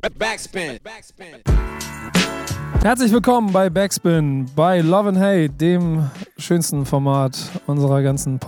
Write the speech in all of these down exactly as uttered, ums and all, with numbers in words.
Backspin. Herzlich willkommen bei Backspin, bei Love and Hate, dem schönsten Format unserer ganzen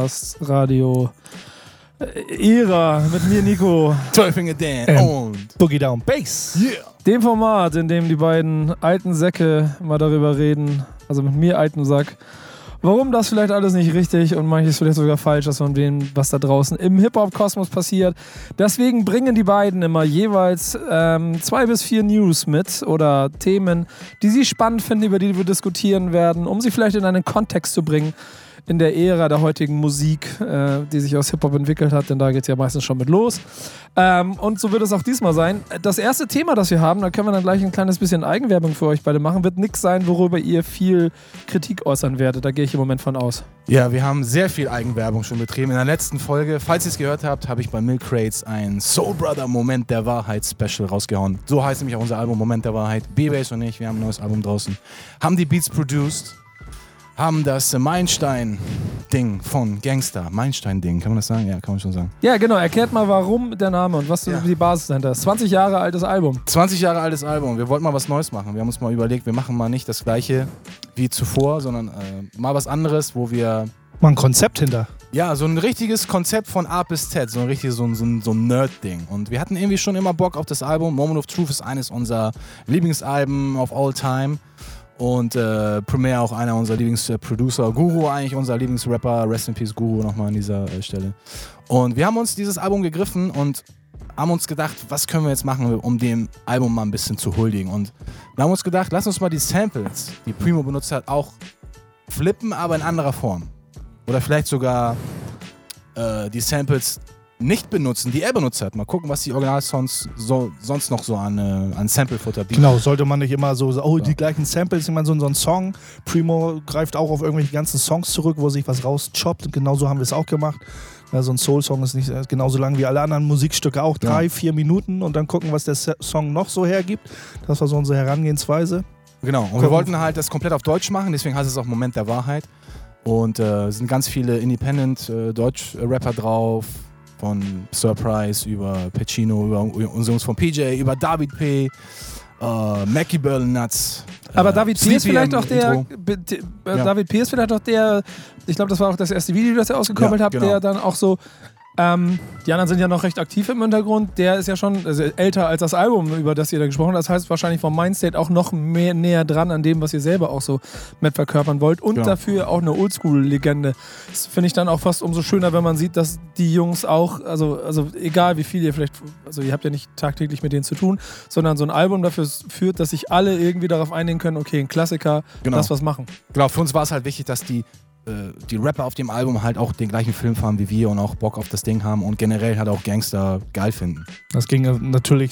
Podcast-Radio-Ära mit mir, Nico. Twelfinger Dan ähm, und Boogie Down Bass. Yeah. Dem Format, in dem die beiden alten Säcke mal darüber reden, also mit mir, alten Sack, warum das vielleicht alles nicht richtig und manches vielleicht sogar falsch ist von dem, was da draußen im Hip-Hop-Kosmos passiert. Deswegen bringen die beiden immer jeweils ähm, zwei bis vier News mit oder Themen, die sie spannend finden, über die wir diskutieren werden, um sie vielleicht in einen Kontext zu bringen in der Ära der heutigen Musik, äh, die sich aus Hip-Hop entwickelt hat, denn da geht es ja meistens schon mit los. Ähm, und so wird es auch diesmal sein. Das erste Thema, das wir haben, da können wir dann gleich ein kleines bisschen Eigenwerbung für euch beide machen, wird nichts sein, worüber ihr viel Kritik äußern werdet. Da gehe ich im Moment von aus. Ja, wir haben sehr viel Eigenwerbung schon betrieben. In der letzten Folge, falls ihr es gehört habt, habe ich bei Milk Crates ein Soul Brother Moment der Wahrheit Special rausgehauen. So heißt nämlich auch unser Album Moment der Wahrheit. B-Bass und ich, wir haben ein neues Album draußen. Haben die Beats produced. Haben das Meilenstein-Ding von Gangster. Meilenstein-Ding, kann man das sagen? Ja, kann man schon sagen. Ja, genau. Erklärt mal, warum der Name und was Ja. die Basis dahinter ist. zwanzig Jahre altes Album. zwanzig Jahre altes Album. Wir wollten mal was Neues machen. Wir haben uns mal überlegt, wir machen mal nicht das Gleiche wie zuvor, sondern äh, mal was anderes, wo wir... Mal ein Konzept hinter. Ja, so ein richtiges Konzept von A bis Z, so ein richtiges so ein, so ein, so ein Nerd-Ding. Und wir hatten irgendwie schon immer Bock auf das Album. Moment of Truth ist eines unserer Lieblingsalben of all time. Und äh, Premier auch einer unserer Lieblingsproducer, Guru eigentlich unser Lieblingsrapper, Rest in Peace Guru nochmal an dieser äh, Stelle. Und wir haben uns dieses Album gegriffen und haben uns gedacht, was können wir jetzt machen, um dem Album mal ein bisschen zu huldigen. Und wir haben uns gedacht, lass uns mal die Samples, die Primo benutzt hat, auch flippen, aber in anderer Form. Oder vielleicht sogar äh, die Samples nicht benutzen, die er benutzt hat. Mal gucken, was die Original-Songs so, sonst noch so an, äh, an Sample-Futter bieten. Genau, sollte man nicht immer so, oh, die gleichen Samples, ich meine, so, so ein Song. Primo greift auch auf irgendwelche ganzen Songs zurück, wo sich was rauschoppt. Genauso haben wir es auch gemacht. Ja, so ein Soul-Song ist nicht genauso lang wie alle anderen Musikstücke, auch drei, ja. vier Minuten und dann gucken, was der Song noch so hergibt. Das war so unsere Herangehensweise. Genau, und wir wollten halt das komplett auf Deutsch machen, deswegen heißt es auch Moment der Wahrheit. Und äh, es sind ganz viele Independent-Deutsch-Rapper drauf. Von Surprise über Pacino, über unsere Jungs von P J, über David P., äh, Mackie Burl Nuts. Aber äh, David P. ist vielleicht auch der, Intro. B- T- äh, Ja. David P. ist vielleicht auch der, ich glaube, das war auch das erste Video, das ihr ausgekoppelt Ja, habt, genau. der dann auch so, ähm, die anderen sind ja noch recht aktiv im Hintergrund, der ist ja schon also älter als das Album, über das ihr da gesprochen habt. Das heißt wahrscheinlich vom Mindstate auch noch mehr näher dran an dem, was ihr selber auch so mit verkörpern wollt. Und Genau. dafür auch eine Oldschool-Legende. Das finde ich dann auch fast umso schöner, wenn man sieht, dass die Jungs auch, also, also egal wie viel ihr vielleicht, also ihr habt ja nicht tagtäglich mit denen zu tun, sondern so ein Album dafür führt, dass sich alle irgendwie darauf einigen können, okay, ein Klassiker, Genau. lass was machen. Genau, für uns war es halt wichtig, dass die, äh, die Rapper auf dem Album halt auch den gleichen Film fahren wie wir und auch Bock auf das Ding haben und generell halt auch Gangster geil finden. Das ging natürlich,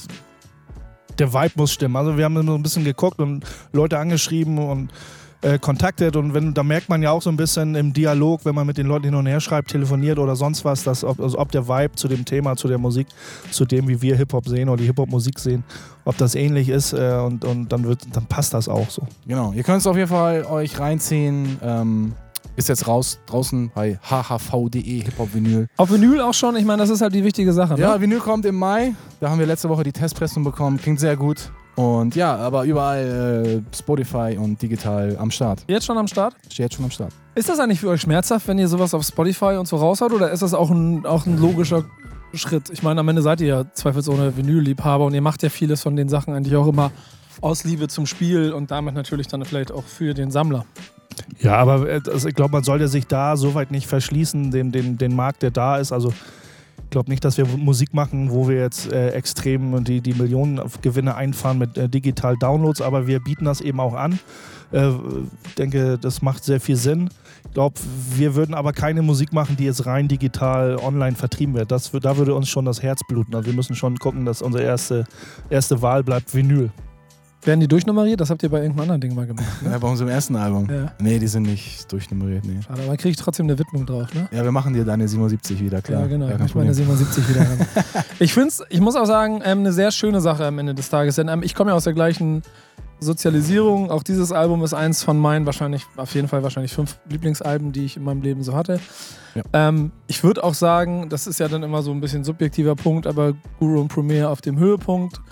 der Vibe muss stimmen. Also wir haben immer so ein bisschen geguckt und Leute angeschrieben und äh, kontaktet und wenn, da merkt man ja auch so ein bisschen im Dialog, wenn man mit den Leuten hin und her schreibt, telefoniert oder sonst was, dass ob, also ob der Vibe zu dem Thema, zu der Musik, zu dem, wie wir Hip-Hop sehen oder die Hip-Hop-Musik sehen, ob das ähnlich ist äh, und, und dann, wird, dann passt das auch so. Genau, ihr könnt es auf jeden Fall euch reinziehen. Ähm, ist jetzt raus draußen bei h h v punkt de Hip-Hop-Vinyl. Auf Vinyl auch schon, ich meine, das ist halt die wichtige Sache. Ne? Ja, Vinyl kommt im Mai. Da haben wir letzte Woche die Testpressung bekommen. Klingt sehr gut. Und ja, aber überall äh, Spotify und digital am Start. Jetzt schon am Start? Steht jetzt schon am Start. Ist das eigentlich für euch schmerzhaft, wenn ihr sowas auf Spotify und so raushaut, oder ist das auch ein, auch ein logischer Schritt? Ich meine, am Ende seid ihr ja zweifelsohne Vinyl-Liebhaber und ihr macht ja vieles von den Sachen eigentlich auch immer aus Liebe zum Spiel und damit natürlich dann vielleicht auch für den Sammler. Ja, aber äh, also ich glaube, man sollte sich da soweit nicht verschließen, den, den, den Markt, der da ist. Also ich glaube nicht, dass wir Musik machen, wo wir jetzt äh, extrem die, die Millionengewinne einfahren mit äh, digital Downloads, aber wir bieten das eben auch an. Ich äh, denke, das macht sehr viel Sinn. Ich glaube, wir würden aber keine Musik machen, die jetzt rein digital online vertrieben wird. Das, da würde uns schon das Herz bluten. Also wir müssen schon gucken, dass unsere erste, erste Wahl bleibt Vinyl. Werden die durchnummeriert? Das habt ihr bei irgendeinem anderen Ding mal gemacht, ne? Ja, bei unserem ersten Album. Ja. Nee, die sind nicht durchnummeriert, nee. Schade, aber kriege ich trotzdem eine Widmung drauf, ne? Ja, wir machen dir deine siebenundsiebzig wieder, klar. Ja, genau. Gar Ich kein möchte meine Problem. siebenundsiebzig wieder haben. Ich finde es, ich muss auch sagen, ähm, eine sehr schöne Sache am Ende des Tages. Denn ähm, ich komme ja aus der gleichen Sozialisierung. Auch dieses Album ist eins von meinen wahrscheinlich, auf jeden Fall wahrscheinlich fünf Lieblingsalben, die ich in meinem Leben so hatte. Ja. Ähm, ich würde auch sagen, das ist ja dann immer so ein bisschen subjektiver Punkt, aber Guru und Premier auf dem Höhepunkt.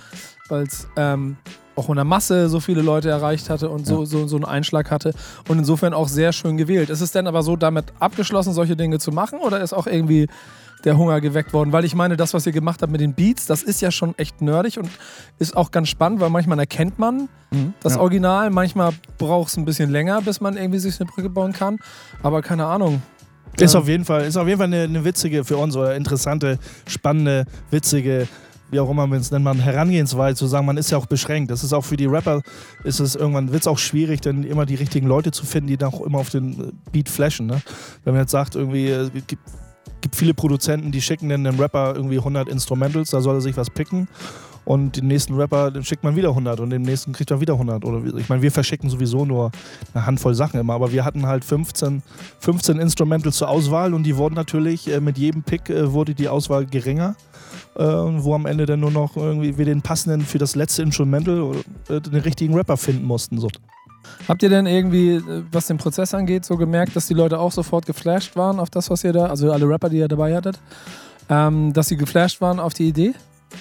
weil es ähm, auch in der Masse so viele Leute erreicht hatte und so, Ja. so, so einen Einschlag hatte und insofern auch sehr schön gewählt. Ist es denn aber so damit abgeschlossen, solche Dinge zu machen oder ist auch irgendwie der Hunger geweckt worden? Weil ich meine, das, was ihr gemacht habt mit den Beats, das ist ja schon echt nerdig und ist auch ganz spannend, weil manchmal erkennt man Mhm. das ja. Original, manchmal braucht es ein bisschen länger, bis man irgendwie sich eine Brücke bauen kann, aber keine Ahnung. Ist Ja. auf jeden Fall, ist auf jeden Fall eine, eine witzige für uns oder interessante, spannende, witzige, wie auch immer man es nennt, man Herangehensweise zu sagen, man ist ja auch beschränkt. Das ist auch für die Rapper, ist es irgendwann, wird es auch schwierig, dann immer die richtigen Leute zu finden, die dann auch immer auf den Beat flashen. Ne? Wenn man jetzt sagt, irgendwie, es gibt, gibt viele Produzenten, die schicken dann dem Rapper irgendwie hundert Instrumentals, da soll er sich was picken. Und den nächsten Rapper, den schickt man wieder hundert und den nächsten kriegt er wieder hundert. Oder ich meine, wir verschicken sowieso nur eine Handvoll Sachen immer, aber wir hatten halt fünfzehn, fünfzehn Instrumentals zur Auswahl und die wurden natürlich, äh, mit jedem Pick äh, wurde die Auswahl geringer, äh, wo am Ende dann nur noch irgendwie wir den passenden für das letzte Instrumental äh, den richtigen Rapper finden mussten. So. Habt ihr denn irgendwie, äh, was den Prozess angeht, so gemerkt, dass die Leute auch sofort geflasht waren auf das, was ihr da, also alle Rapper, die ihr dabei hattet, ähm, dass sie geflasht waren auf die Idee?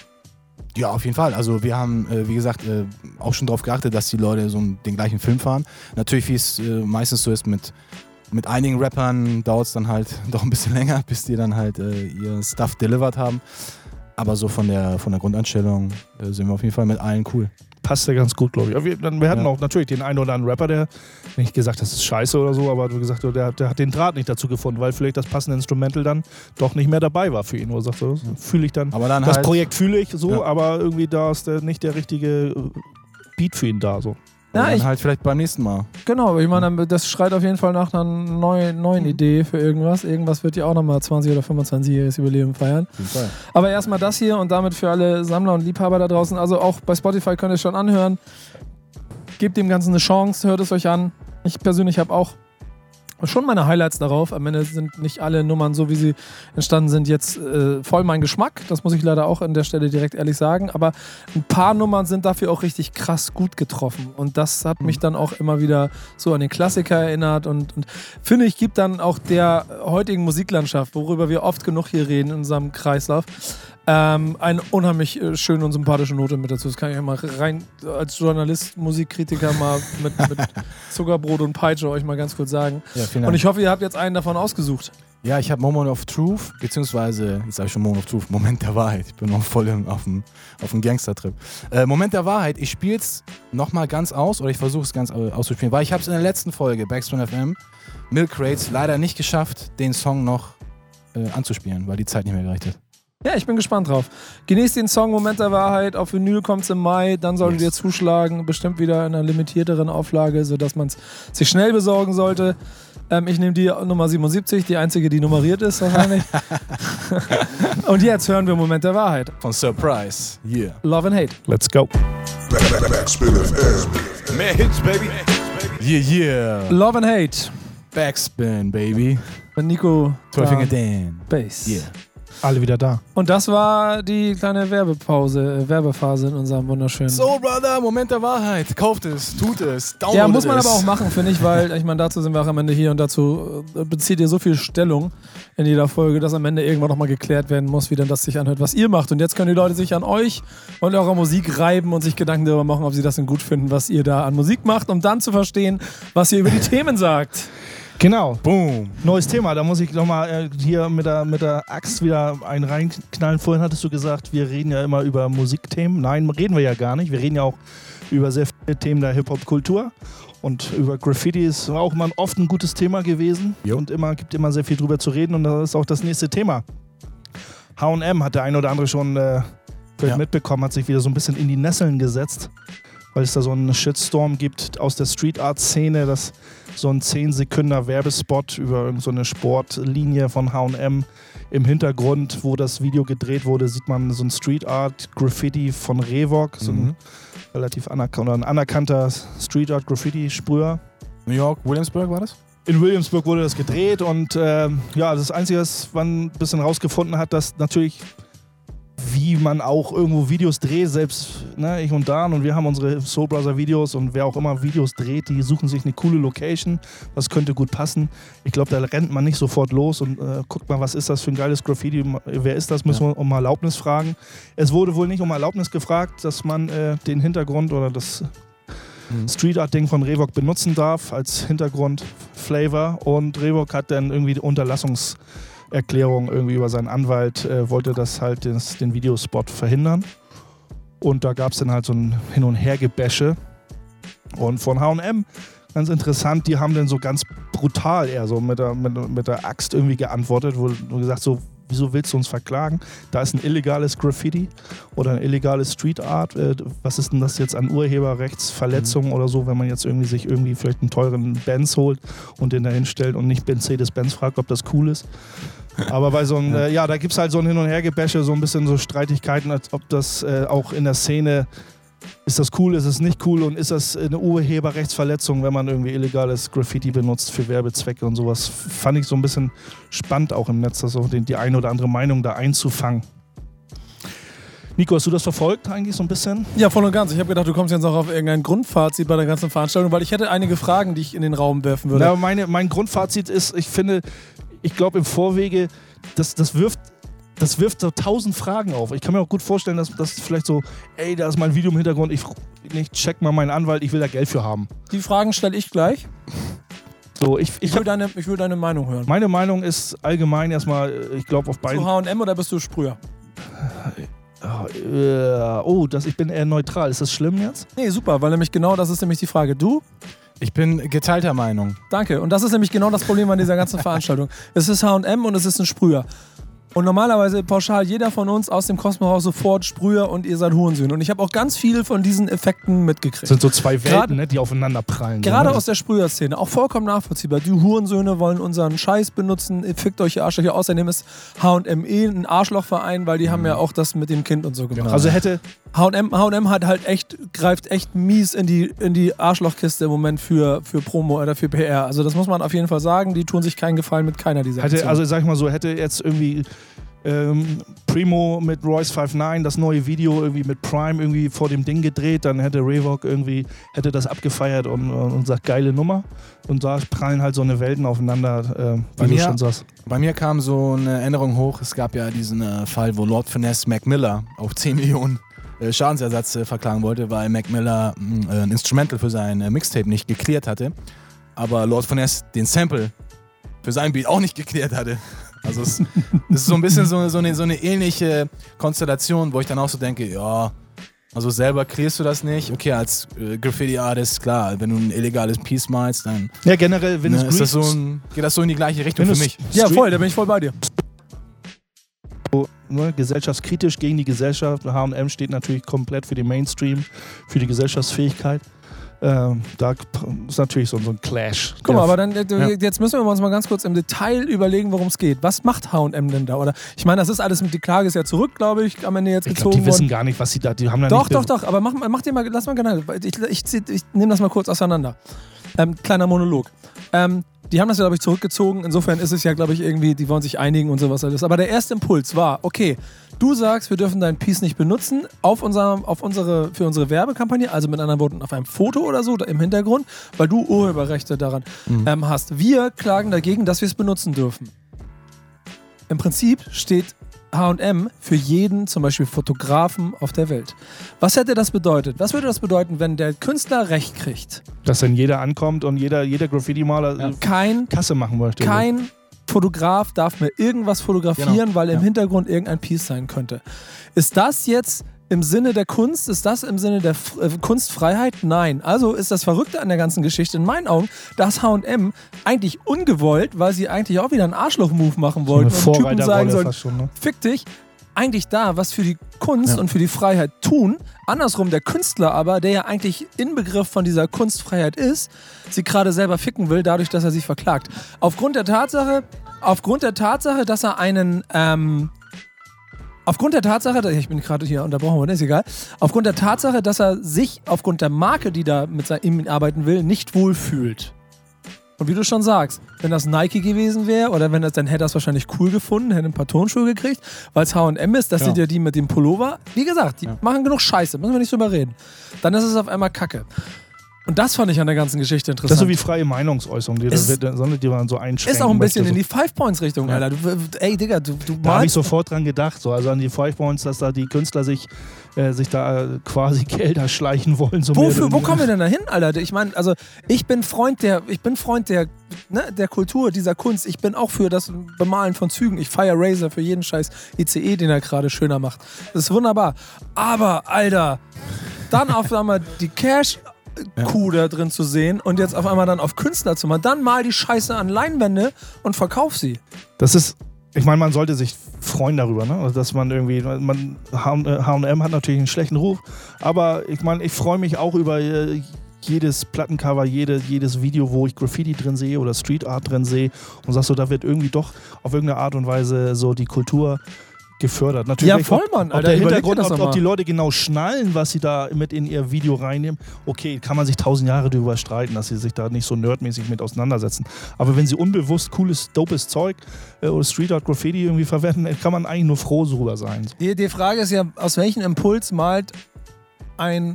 Ja, auf jeden Fall. Also wir haben, äh, wie gesagt, äh, auch schon darauf geachtet, dass die Leute so den gleichen Film fahren. Natürlich, wie es äh, meistens so ist, mit, mit einigen Rappern dauert es dann halt doch ein bisschen länger, bis die dann halt äh, ihr Stuff delivered haben. Aber so von der, von der Grundeinstellung äh, sind wir auf jeden Fall mit allen cool. Passt ja ganz gut, glaube ich. Aber wir, dann, wir hatten Ja. auch natürlich den einen oder anderen Rapper, der nicht gesagt, das ist scheiße oder so, aber du gesagt, der, der hat den Draht nicht dazu gefunden, weil vielleicht das passende Instrumental dann doch nicht mehr dabei war für ihn. Oder sagt so, fühle ich dann. Aber dann Das halt, Projekt fühle ich so, Ja. aber irgendwie da ist der, nicht der richtige äh, Beat für ihn da. So. Ja, dann ich, halt vielleicht beim nächsten Mal. genau, ich meine, das schreit auf jeden Fall nach einer neuen, neuen Mhm. Idee für irgendwas. Irgendwas wird ja auch nochmal zwanzig- oder fünfundzwanzigjähriges Überleben feiern. Auf jeden Fall. Aber erstmal das hier und damit für alle Sammler und Liebhaber da draußen. Also auch bei Spotify könnt ihr es schon anhören. Gebt dem Ganzen eine Chance, hört es euch an. Ich persönlich habe auch schon meine Highlights darauf. Am Ende sind nicht alle Nummern, so wie sie entstanden sind, jetzt äh, voll mein Geschmack. Das muss ich leider auch an der Stelle direkt ehrlich sagen. Aber ein paar Nummern sind dafür auch richtig krass gut getroffen. Und das hat mich dann auch immer wieder so an den Klassiker erinnert. Und, und finde ich, gibt dann auch der heutigen Musiklandschaft, worüber wir oft genug hier reden in unserem Kreislauf, ähm, eine unheimlich äh, schöne und sympathische Note mit dazu. Das kann ich ja mal rein als Journalist, Musikkritiker mal mit, mit Zuckerbrot und Peitsche euch mal ganz kurz sagen. Ja, vielen Und Dank. ich hoffe, ihr habt jetzt einen davon ausgesucht. Ja, ich habe Moment of Truth, beziehungsweise, jetzt habe ich schon Moment of Truth, Moment der Wahrheit. Ich bin noch voll im, auf dem, auf dem Gangster-Trip. Äh, Moment der Wahrheit, ich spiele es nochmal ganz aus, oder ich versuche es ganz äh, auszuspielen, weil ich habe es in der letzten Folge, Backspin F M, Milk Crates, leider nicht geschafft, den Song noch äh, anzuspielen, weil die Zeit nicht mehr gereicht hat. Ja, ich bin gespannt drauf. Genießt den Song Moment der Wahrheit. Auf Vinyl kommt es im Mai. Dann solltet Yes. ihr zuschlagen. Bestimmt wieder in einer limitierteren Auflage, sodass man es sich schnell besorgen sollte. Ähm, ich nehme die Nummer siebenundsiebzig, die einzige, die nummeriert ist wahrscheinlich. Und jetzt hören wir Moment der Wahrheit. Von Surprise, yeah. Love and Hate. Let's go. Backspin F M. Mehr Hits, baby. Yeah, yeah. Love and Hate. Backspin, baby. Mit Nico Twelve Finger Dan Dan. Bass. Yeah. Alle wieder da. Und das war die kleine Werbepause, äh, Werbephase in unserem wunderschönen... So, Brother, Moment der Wahrheit. Kauft es, tut es, downloadet Ja, muss man es. aber auch machen, finde ich, weil, ich meine, dazu sind wir auch am Ende hier und dazu äh, bezieht ihr so viel Stellung in jeder Folge, dass am Ende irgendwann nochmal geklärt werden muss, wie denn das sich anhört, was ihr macht. Und jetzt können die Leute sich an euch und eurer Musik reiben und sich Gedanken darüber machen, ob sie das denn gut finden, was ihr da an Musik macht, um dann zu verstehen, was ihr über die Themen sagt. Genau. Boom. Neues Thema, da muss ich nochmal äh, hier mit der, mit der Axt wieder einen reinknallen. Vorhin hattest du gesagt, wir reden ja immer über Musikthemen. Nein, reden wir ja gar nicht. Wir reden ja auch über sehr viele Themen der Hip-Hop-Kultur. Und über Graffiti ist auch immer oft ein gutes Thema gewesen. Jo. Und immer gibt immer sehr viel drüber zu reden. Und das ist auch das nächste Thema. H und M hat der ein oder andere schon äh, vielleicht Ja. mitbekommen, hat sich wieder so ein bisschen in die Nesseln gesetzt. Weil es da so einen Shitstorm gibt aus der Street-Art-Szene, dass so ein zehn Sekunden Werbespot über irgend so eine Sportlinie von H und M im Hintergrund, wo das Video gedreht wurde, sieht man so ein Street-Art-Graffiti von Revok, so ein Mhm. relativ anerkan- oder ein anerkannter Street-Art-Graffiti-Sprüher. New York, Williamsburg war das? In Williamsburg wurde das gedreht und ähm, ja, das Einzige, was man ein bisschen rausgefunden hat, dass natürlich, wie wie man auch irgendwo Videos dreht, selbst ne, ich und Dan und wir haben unsere Soul Brother Videos und wer auch immer Videos dreht, die suchen sich eine coole Location, was könnte gut passen. Ich glaube, da rennt man nicht sofort los und äh, guckt mal, was ist das für ein geiles Graffiti, wer ist das, müssen ja. wir um Erlaubnis fragen. Es wurde wohl nicht um Erlaubnis gefragt, dass man äh, den Hintergrund oder das mhm. Street Art Ding von Revok benutzen darf als Hintergrund Flavor und Revok hat dann irgendwie die Unterlassungs Erklärung irgendwie über seinen Anwalt, äh, wollte das halt des, den Videospot verhindern. Und da gab es dann halt so ein Hin- und Hergebäsche. Und von H und M, ganz interessant, die haben dann so ganz brutal eher so mit der, mit, mit der Axt irgendwie geantwortet, wo, wo gesagt so, wieso willst du uns verklagen? Da ist ein illegales Graffiti oder ein illegales Street Art. Äh, was ist denn das jetzt an Urheberrechtsverletzungen mhm. oder so, wenn man jetzt irgendwie sich irgendwie vielleicht einen teuren Benz holt und den da hinstellt und nicht Mercedes-Benz fragt, ob das cool ist. Aber bei so einem, ja, äh, ja da gibt es halt so ein Hin- und Hergebäsche, so ein bisschen so Streitigkeiten, als ob das äh, auch in der Szene, ist das cool, ist es nicht cool und ist das eine Urheberrechtsverletzung, wenn man irgendwie illegales Graffiti benutzt für Werbezwecke und sowas. Fand ich so ein bisschen spannend auch im Netz, das auch die, die eine oder andere Meinung da einzufangen. Nico, hast du das verfolgt eigentlich so ein bisschen? Ja, voll und ganz. Ich habe gedacht, du kommst jetzt noch auf irgendein Grundfazit bei der ganzen Veranstaltung, weil ich hätte einige Fragen, die ich in den Raum werfen würde. Na, meine, mein Grundfazit ist, ich finde, ich glaube im Vorwege, das, das wirft Das wirft so tausend Fragen auf. Ich kann mir auch gut vorstellen, dass das vielleicht so, ey, da ist mein Video im Hintergrund, ich, ich check mal meinen Anwalt, ich will da Geld für haben. Die Fragen stelle ich gleich. So, ich, ich, ich, will deine, ich will deine Meinung hören. Meine Meinung ist allgemein erstmal, ich glaube auf beiden... Zu H und M oder bist du Sprüher? Oh, das, ich bin eher neutral. Ist das schlimm jetzt? Nee, super, weil nämlich genau das ist nämlich die Frage. Du? Ich bin geteilter Meinung. Danke. Und das ist nämlich genau das Problem an dieser ganzen Veranstaltung. Es ist H und M und es ist ein Sprüher. Und normalerweise pauschal jeder von uns aus dem Kosmos sofort Sprüher und ihr seid Hurensöhne. Und ich habe auch ganz viele von diesen Effekten mitgekriegt. Das sind so zwei Welten, Grad, ne, die aufeinander prallen. Gerade so, ne? aus der Sprüher-Szene. Auch vollkommen nachvollziehbar. Die Hurensöhne wollen unseren Scheiß benutzen. Ihr fickt euch ihr Arschlöcher. Außerdem ist H und M eh ein Arschlochverein, weil die mhm. haben ja auch das mit dem Kind und so gemacht. Genau. Also hätte... H und M, H und M hat halt echt, greift echt mies in die, in die Arschlochkiste im Moment für, für Promo oder für P R. Also das muss man auf jeden Fall sagen. Die tun sich keinen Gefallen mit keiner dieser hätte, Aktionen. Also sag ich mal so, hätte jetzt irgendwie... Ähm, Primo mit Royce neunundfünfzig das neue Video irgendwie mit Prime irgendwie vor dem Ding gedreht, dann hätte Revok irgendwie hätte das abgefeiert und, und sagt, geile Nummer. Und da prallen halt so eine Welten aufeinander, äh, wie bei du mir, schon sagst. Bei mir kam so eine Erinnerung hoch, es gab ja diesen äh, Fall, wo Lord Finesse Mac Miller auf zehn Millionen äh, Schadensersatz äh, verklagen wollte, weil Mac Miller äh, ein Instrumental für sein äh, Mixtape nicht geklärt hatte, aber Lord Finesse den Sample für sein Beat auch nicht geklärt hatte. Also es, es ist so ein bisschen so, so, eine, so eine ähnliche Konstellation, wo ich dann auch so denke, ja, also selber klärst du das nicht. Okay, als äh, Graffiti-Artist, klar, wenn du ein illegales Piece malst, dann ja, generell, wenn ne, es ist das so ein, geht das so in die gleiche Richtung für mich. Ja, voll, da bin ich voll bei dir. So, ne, gesellschaftskritisch gegen die Gesellschaft. H und M steht natürlich komplett für den Mainstream, für die Gesellschaftsfähigkeit. Ähm, da ist natürlich so, so ein Clash. Guck mal, aber dann ja. jetzt müssen wir uns mal ganz kurz im Detail überlegen, worum es geht. Was macht H und M denn da? Oder ich meine, das ist alles mit, die Klage ist ja zurück, glaube ich, am Ende jetzt ich gezogen glaub, die wissen worden. gar nicht, was sie da, die haben da Doch, nicht... doch, doch, aber mach, mach dir mal, lass mal genau, ich, ich, ich, ich nehme das mal kurz auseinander. Ähm, kleiner Monolog. Ähm, die haben das ja, glaube ich, zurückgezogen. Insofern ist es ja, glaube ich, irgendwie, die wollen sich einigen und sowas alles. Aber der erste Impuls war, okay, du sagst, wir dürfen dein Piece nicht benutzen auf unser, auf unsere, für unsere Werbekampagne, also mit anderen Worten auf einem Foto oder so im Hintergrund, weil du Urheberrechte daran mhm. ähm, hast. Wir klagen dagegen, dass wir es benutzen dürfen. Im Prinzip steht H und M für jeden, zum Beispiel Fotografen auf der Welt. Was hätte das bedeutet? Was würde das bedeuten, wenn der Künstler Recht kriegt? Dass dann jeder ankommt und jeder, jeder Graffiti-Maler ja. kein, Kasse machen möchte. Kein Fotograf darf mir irgendwas fotografieren, genau. weil im ja. Hintergrund irgendein Piece sein könnte. Ist das jetzt im Sinne der Kunst? Ist das im Sinne der F- äh, Kunstfreiheit? Nein. Also ist das Verrückte an der ganzen Geschichte in meinen Augen, dass H und M eigentlich ungewollt, weil sie eigentlich auch wieder einen Arschloch-Move machen wollten so und Typen sagen sollen, schon, ne? fick dich, eigentlich da was für die Kunst ja. und für die Freiheit tun. Andersrum der Künstler aber, der ja eigentlich Inbegriff von dieser Kunstfreiheit ist, sie gerade selber ficken will, dadurch, dass er sich verklagt. Aufgrund der Tatsache, aufgrund der Tatsache, dass er einen ähm, Aufgrund der Tatsache, ich bin gerade hier unterbrochen worden, ist egal. Aufgrund der Tatsache, dass er sich aufgrund der Marke, die da mit ihm arbeiten will, nicht wohlfühlt. Und wie du schon sagst, wenn das Nike gewesen wäre oder wenn das, dann hätte er es wahrscheinlich cool gefunden, hätte ein paar Turnschuhe gekriegt, weil es H und M ist, das Ja. sind ja die mit dem Pullover. Wie gesagt, die Ja. machen genug Scheiße, müssen wir nicht drüber reden. Dann ist es auf einmal Kacke. Und das fand ich an der ganzen Geschichte interessant. Das ist so wie freie Meinungsäußerung, die, Ist- wird, die man so einschränken ist auch ein bisschen möchte, in so. die Five-Points-Richtung, Ja. Alter. Du, ey, Digga, du, du Da habe ich malst sofort dran gedacht, so, also an die Five Points, dass da die Künstler sich, äh, sich da äh, quasi Gelder schleichen wollen. So mehr Wofür, oder wo weniger. kommen wir denn da hin, Alter? Ich meine, also ich bin Freund der, ich bin Freund der, ne, der Kultur, dieser Kunst. Ich bin auch für das Bemalen von Zügen. Ich feiere Razer für jeden scheiß I C E, den er gerade schöner macht. Das ist wunderbar. Aber, Alter, dann auf einmal die Cash-Kuh da drin zu sehen und jetzt auf einmal dann auf Künstler zu machen. Dann mal die Scheiße an Leinwände und verkauf sie. Das ist, ich meine, man sollte sich freuen darüber, ne? Also, dass man irgendwie, man, H und M hat natürlich einen schlechten Ruf, aber ich meine, ich freue mich auch über äh, jedes Plattencover, jede, jedes Video, wo ich Graffiti drin sehe oder Street Art drin sehe und sagst so, da wird irgendwie doch auf irgendeine Art und Weise so die Kultur gefördert. Natürlich, Ja, voll, Mann, ob, ob Alter, der überleg dir Hintergrund, das ob, doch ob die mal. Leute genau schnallen, was sie da mit in ihr Video reinnehmen, okay, kann man sich tausend Jahre darüber streiten, dass sie sich da nicht so nerdmäßig mit auseinandersetzen. Aber wenn sie unbewusst cooles, dopes Zeug äh, oder Street Art Graffiti irgendwie verwenden, kann man eigentlich nur froh drüber sein. Die, die Frage ist ja, aus welchem Impuls malt ein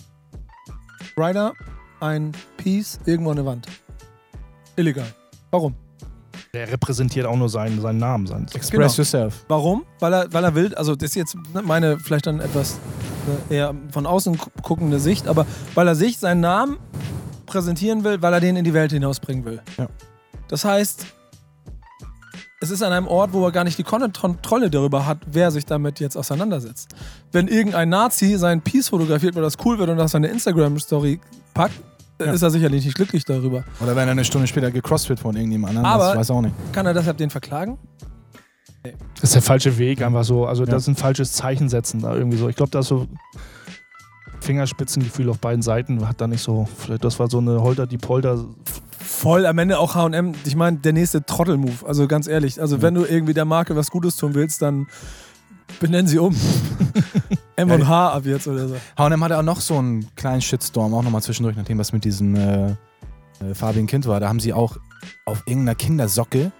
Rider ein Piece irgendwo an der Wand? Illegal. Warum? Der repräsentiert auch nur seinen, seinen Namen. Seinen Express Genau. yourself. Warum? Weil er, weil er will, also das ist jetzt ne, meine vielleicht dann etwas ne, eher von außen gu- guckende Sicht, aber weil er sich seinen Namen präsentieren will, weil er den in die Welt hinausbringen will. Ja. Das heißt, es ist an einem Ort, wo er gar nicht die Kon- Kontrolle darüber hat, wer sich damit jetzt auseinandersetzt. Wenn irgendein Nazi sein Piece fotografiert, weil das cool wird und das seine Instagram-Story packt, Ja. ist er sicherlich nicht glücklich darüber. Oder wenn er eine Stunde später gecrossed wird von irgendjemand anderem, Aber- das weiß er auch nicht. Kann er deshalb den verklagen? Das ist der falsche Weg, einfach so. Also, Ja. das ist ein falsches Zeichen setzen da irgendwie so. Ich glaube, da ist so Fingerspitzengefühl auf beiden Seiten. Hat da nicht so. Vielleicht das war so eine Holter die Polter. Voll, am Ende auch H und M. Ich meine, der nächste Trottel-Move. Also ganz ehrlich, also wenn du irgendwie der Marke was Gutes tun willst, dann benennen sie um. M und H ab jetzt oder so. H und M hatte auch noch so einen kleinen Shitstorm, auch nochmal zwischendurch, nachdem was mit diesem äh, äh, farbigen Kind war. Da haben sie auch auf irgendeiner Kindersocke,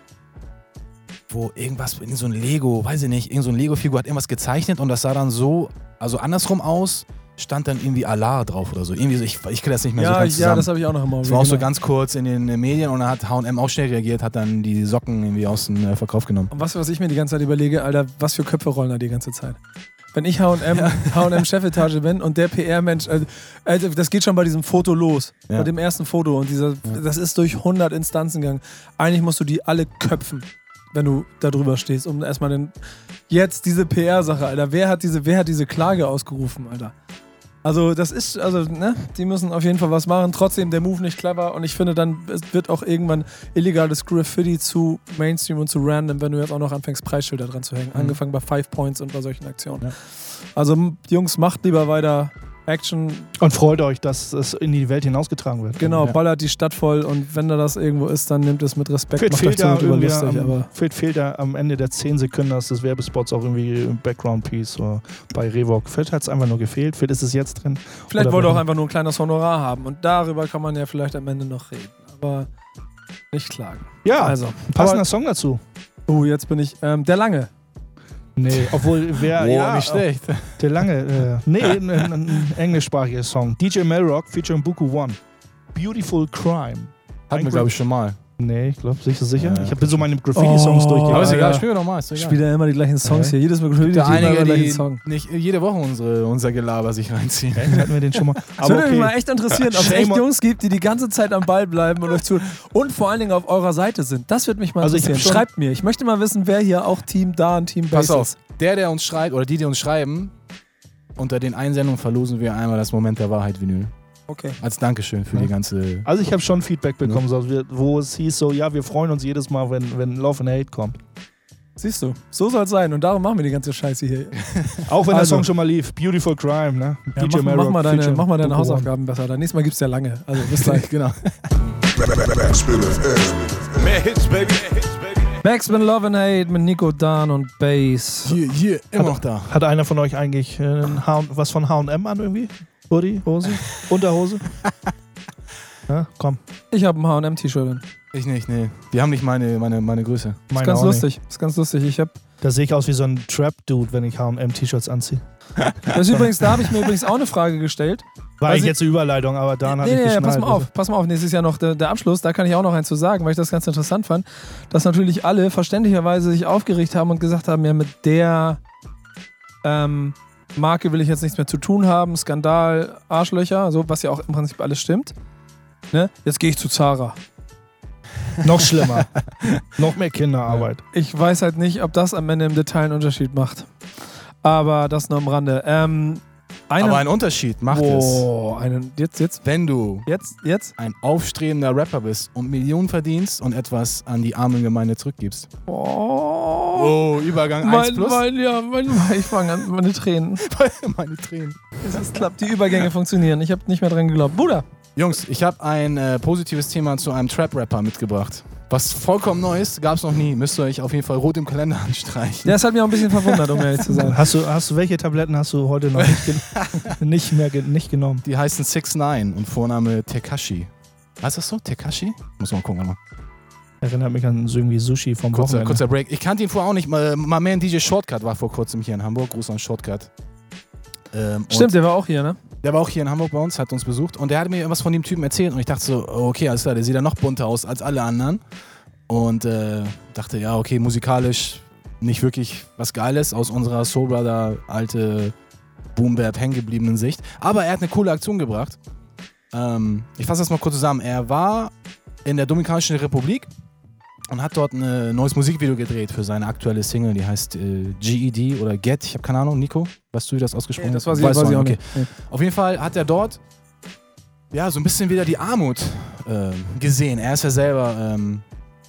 wo irgendwas, irgend so ein Lego, weiß ich nicht, irgend so ein Lego-Figur hat irgendwas gezeichnet und das sah dann so, also andersrum aus, stand dann irgendwie Allah drauf oder so. Irgendwie so, ich, ich kriege das nicht mehr so Ja, ganz ja, zusammen. das habe ich auch noch im Auge. Das war auch so genau. ganz kurz in den äh, Medien und dann hat H und M auch schnell reagiert, hat dann die Socken irgendwie aus dem äh, Verkauf genommen. Und was, was ich mir die ganze Zeit überlege, Alter, was für Köpfe rollen da die ganze Zeit? Wenn ich H und M, H und M Chefetage bin und der P R-Mensch, also, also das geht schon bei diesem Foto los, Ja. bei dem ersten Foto und dieser, das ist durch hundert Instanzen gegangen. Eigentlich musst du die alle köpfen, wenn du da drüber stehst, um erstmal den, jetzt diese P R-Sache, Alter, wer hat diese, wer hat diese Klage ausgerufen, Alter? Also das ist, also, ne, die müssen auf jeden Fall was machen. Trotzdem der Move nicht clever und ich finde dann, es wird auch irgendwann illegales Graffiti zu Mainstream und zu random, wenn du jetzt auch noch anfängst, Preisschilder dran zu hängen. Mhm. Angefangen bei Five Points und bei solchen Aktionen. Ja. Also m- Jungs, macht lieber weiter Action. Und freut euch, dass es in die Welt hinausgetragen wird. Genau, Ja. ballert die Stadt voll und wenn da das irgendwo ist, dann nehmt es mit Respekt. Fehlt, Macht euch fehlt, so da drüber irgendwie lustig, am, aber fehlt, fehlt da am Ende der zehn Sekunden des Werbespots auch irgendwie ein Background-Piece oder bei Revoc. Vielleicht hat es einfach nur gefehlt. Vielleicht ist es jetzt drin. vielleicht Oder wollt ihr auch warum? einfach nur ein kleines Honorar haben und darüber kann man ja vielleicht am Ende noch reden. Aber nicht klagen. Ja, Also, ein passender Song dazu. oh, jetzt bin ich, ähm, der Lange. Nee, obwohl wer. Boah, ja, nicht schlecht. Der lange. Äh, nee, ein, ein, ein englischsprachiger Song. D J Melrock featuring Buku One. Beautiful Crime. Hatten wir, glaube ich, schon mal. Nee, ich glaube, sicher, sicher. Ja, ich bin so meine Graffiti-Songs Oh. durchgegangen. Aber ist ja, egal, ja. spielen wir doch mal. Ist doch egal. Spielt ja immer die gleichen Songs Ja. hier. Jedes Mal gespielt Da immer einige, den die gleichen Song. nicht jede Woche unsere, unser Gelaber sich reinziehen. Echt? Hatten wir den schon mal. Das Aber würde mich mal okay. echt interessieren, ob es Shame echt on- Jungs gibt, die die ganze Zeit am Ball bleiben und euch zuhören und vor allen Dingen auf eurer Seite sind. Das würde mich mal Also ich hab interessieren. schon- Schreibt mir. Ich möchte mal wissen, wer hier auch Team da und Team Pass Base auf, ist. der, der uns schreibt, oder die, die uns schreiben, unter den Einsendungen verlosen wir einmal das Moment der Wahrheit Vinyl. Okay. Als Dankeschön für Ja. die ganze... Also ich habe schon Feedback bekommen, so, wir- wo es hieß so, ja, wir freuen uns jedes Mal, wenn, wenn Love and Hate kommt. Siehst du, so soll es sein und darum machen wir die ganze Scheiße hier. Auch wenn der Also. Song schon mal lief. Beautiful Crime, ne? Ja, mach, mach, mal deine, mach mal deine Hausaufgaben besser. Dann nächstes Mal gibt es ja lange. Also bis gleich. genau. Backspin F M. Mehr Hits, baby. Mehr Hits, baby. Max mit Love and Hate mit Nico Dan und Bass. Hier, hier, immer noch da. Hat einer von euch eigentlich äh, ein H- was von H und M an irgendwie? Hoodie, Hose, Unterhose? Ja, komm. Ich habe ein H und M-T-Shirt an. Ich nicht, nee. Die haben nicht meine, meine, meine Größe. Ist Meine ganz auch lustig. Ist ganz lustig. Ich habe Da sehe ich aus wie so ein Trap-Dude, wenn ich H und M-T-Shirts anziehe. Das ist übrigens, da habe ich mir übrigens auch eine Frage gestellt. War Weil ich sie- jetzt eine Überleitung, aber dann habe Nee, ich nee, nee, geschnallt. pass mal auf, pass mal auf, nächstes Jahr noch der, der Abschluss, da kann ich auch noch eins zu sagen, weil ich das ganz interessant fand, dass natürlich alle verständlicherweise sich aufgeregt haben und gesagt haben, ja, mit der ähm, Marke will ich jetzt nichts mehr zu tun haben, Skandal, Arschlöcher, so, was ja auch im Prinzip alles stimmt. Ne? Jetzt gehe ich zu Zara. Noch schlimmer. Noch mehr Kinderarbeit. Ich weiß halt nicht, ob das am Ende im Detail einen Unterschied macht. Aber das nur am Rande. Ähm, eine, Aber ein Unterschied macht es, oh, einen, jetzt, jetzt, wenn du jetzt, jetzt. ein aufstrebender Rapper bist und Millionen verdienst und etwas an die arme Gemeinde zurückgibst. Oh, Oh, Übergang eins mein, plus. mein, ja, mein, ich fange an, meine Tränen. Meine Tränen. Es ist klappt, die Übergänge funktionieren. Ich habe nicht mehr dran geglaubt. Bruder, Jungs, ich habe ein äh, positives Thema zu einem Trap-Rapper mitgebracht. Was vollkommen Neues, gab es noch nie. Müsst ihr euch auf jeden Fall rot im Kalender anstreichen. der ist halt mir auch ein bisschen verwundert, um ehrlich zu sein. Hast du, hast du, welche Tabletten hast du heute noch nicht, gen nicht mehr ge nicht genommen? Die heißen six nine und Vorname Tekashi. Heißt das so? Tekashi? Muss man gucken. Mal. Erinnert mich an so irgendwie Sushi vom Kurzer, Wochenende. kurzer Break. Ich kannte ihn vorher auch nicht. Mal, mal mehr ein D J Shortcut war vor kurzem hier in Hamburg. Gruß an Shortcut. Ähm, Stimmt, der war auch hier, ne? Der war auch hier in Hamburg bei uns, hat uns besucht und der hat mir irgendwas von dem Typen erzählt und ich dachte so, okay, alles klar, der sieht ja noch bunter aus als alle anderen und äh, dachte, ja, okay, musikalisch nicht wirklich was Geiles aus unserer Soul Brother alte Boom-Bap hängengebliebenen Sicht, aber er hat eine coole Aktion gebracht. Ähm, ich fasse das mal kurz zusammen. Er war in der Dominikanischen Republik und hat dort ein neues Musikvideo gedreht für seine aktuelle Single, die heißt äh, G E D oder Get, ich habe keine Ahnung, Nico, weißt du, wie das ausgesprochen Das ist? weiß ich, Weißt weiß du ich auch okay. nicht. Nee. Auf jeden Fall hat er dort ja so ein bisschen wieder die Armut äh, gesehen. Er ist ja selber ähm,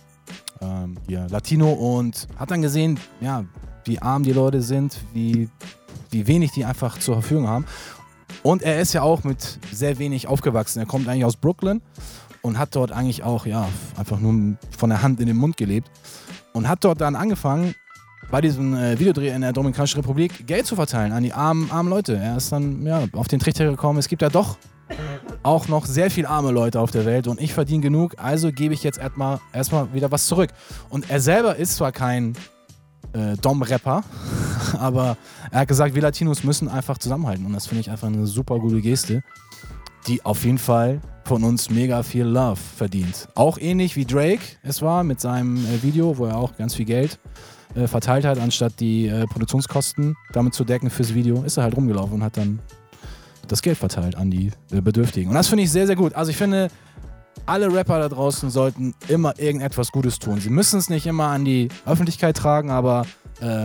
ähm, hier, Latino und hat dann gesehen, ja, wie arm die Leute sind, wie, wie wenig die einfach zur Verfügung haben. Und er ist ja auch mit sehr wenig aufgewachsen. Er kommt eigentlich aus Brooklyn und hat dort eigentlich auch ja einfach nur von der Hand in den Mund gelebt und hat dort dann angefangen, bei diesem äh, Videodreh in der Dominikanischen Republik Geld zu verteilen an die armen, armen Leute. Er ist dann ja, auf den Trichter gekommen, es gibt ja doch auch noch sehr viel arme Leute auf der Welt und ich verdiene genug, also gebe ich jetzt erstmal erstmal wieder was zurück. Und er selber ist zwar kein äh, Dom-Rapper, aber er hat gesagt, wir Latinos müssen einfach zusammenhalten und das finde ich einfach eine super gute Geste, die auf jeden Fall von uns mega viel Love verdient. Auch ähnlich wie Drake es war mit seinem äh, Video, wo er auch ganz viel Geld äh, verteilt hat, anstatt die äh, Produktionskosten damit zu decken fürs Video, ist er halt rumgelaufen und hat dann das Geld verteilt an die äh, Bedürftigen. Und das finde ich sehr, sehr gut. Also ich finde, alle Rapper da draußen sollten immer irgendetwas Gutes tun. Sie müssen es nicht immer an die Öffentlichkeit tragen, aber äh,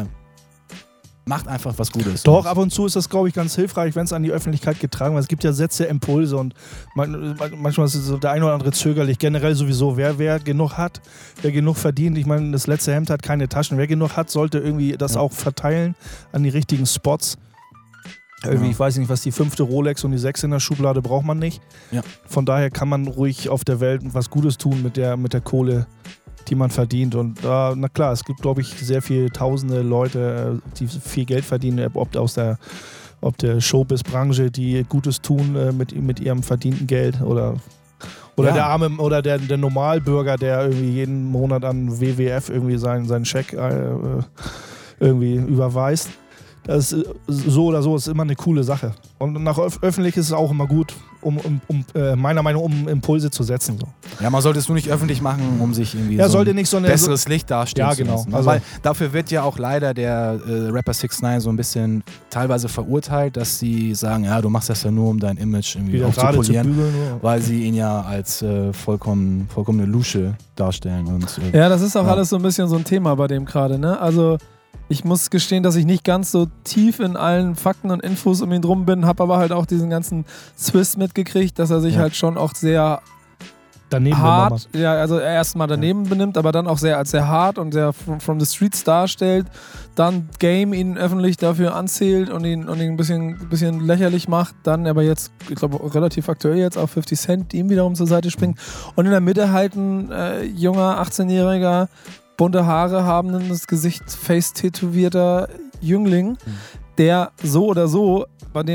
macht einfach was Gutes. Doch, ab und zu ist das, glaube ich, ganz hilfreich, wenn es an die Öffentlichkeit getragen wird. Es gibt ja Sätze, Impulse und man, manchmal ist es so der eine oder andere zögerlich. Generell sowieso, wer, wer genug hat, wer genug verdient. Ich meine, das letzte Hemd hat keine Taschen. Wer genug hat, sollte irgendwie das Ja. auch verteilen an die richtigen Spots. Irgendwie, Ja. ich weiß nicht, was die fünfte Rolex und die sechs in der Schublade braucht man nicht. Ja. Von daher kann man ruhig auf der Welt was Gutes tun mit der, mit der Kohle, die man verdient. Und äh, na klar, es gibt, glaube ich, sehr viele tausende Leute, äh, die viel Geld verdienen, ob aus der, ob der Showbiz-Branche, die Gutes tun äh, mit, mit ihrem verdienten Geld oder, oder Ja. der arme oder der, der Normalbürger, der irgendwie jeden Monat an W W F irgendwie seinen, seinen Scheck äh, irgendwie überweist. Das ist, so oder so ist immer eine coole Sache. Und nach öf öffentlich ist es auch immer gut, um, um, um äh, meiner Meinung nach, um Impulse zu setzen. So. Ja, man sollte es nur nicht öffentlich machen, um sich irgendwie Ja, so sollte ein nicht so eine besseres Licht dastehen Ja, zu genau. lassen. Ne? Also- Weil dafür wird ja auch leider der äh, Rapper six nine so ein bisschen teilweise verurteilt, dass sie sagen, ja, du machst das ja nur, um dein Image irgendwie wieder gerade zu aufzupolieren, bügeln. weil sie ihn ja als äh, vollkommen, vollkommene Lusche darstellen. Und, äh, Ja, das ist auch Ja. alles so ein bisschen so ein Thema bei dem gerade, ne? Also ich muss gestehen, dass ich nicht ganz so tief in allen Fakten und Infos um ihn drum bin, habe aber halt auch diesen ganzen Swiss mitgekriegt, dass er sich Ja. halt schon auch sehr Daneben hart, ja, also erstmal daneben ja. benimmt, aber dann auch sehr als sehr hart und sehr from, from the streets darstellt, dann Game ihn öffentlich dafür anzählt und ihn, und ihn ein bisschen, bisschen lächerlich macht, dann aber jetzt, ich glaube relativ aktuell jetzt auch fifty Cent, die ihm wiederum zur Seite springt und in der Mitte halt ein äh, junger achtzehnjähriger bunte Haare habendes Gesicht, face tätowierter Jüngling, Mhm. der so oder so, bei dem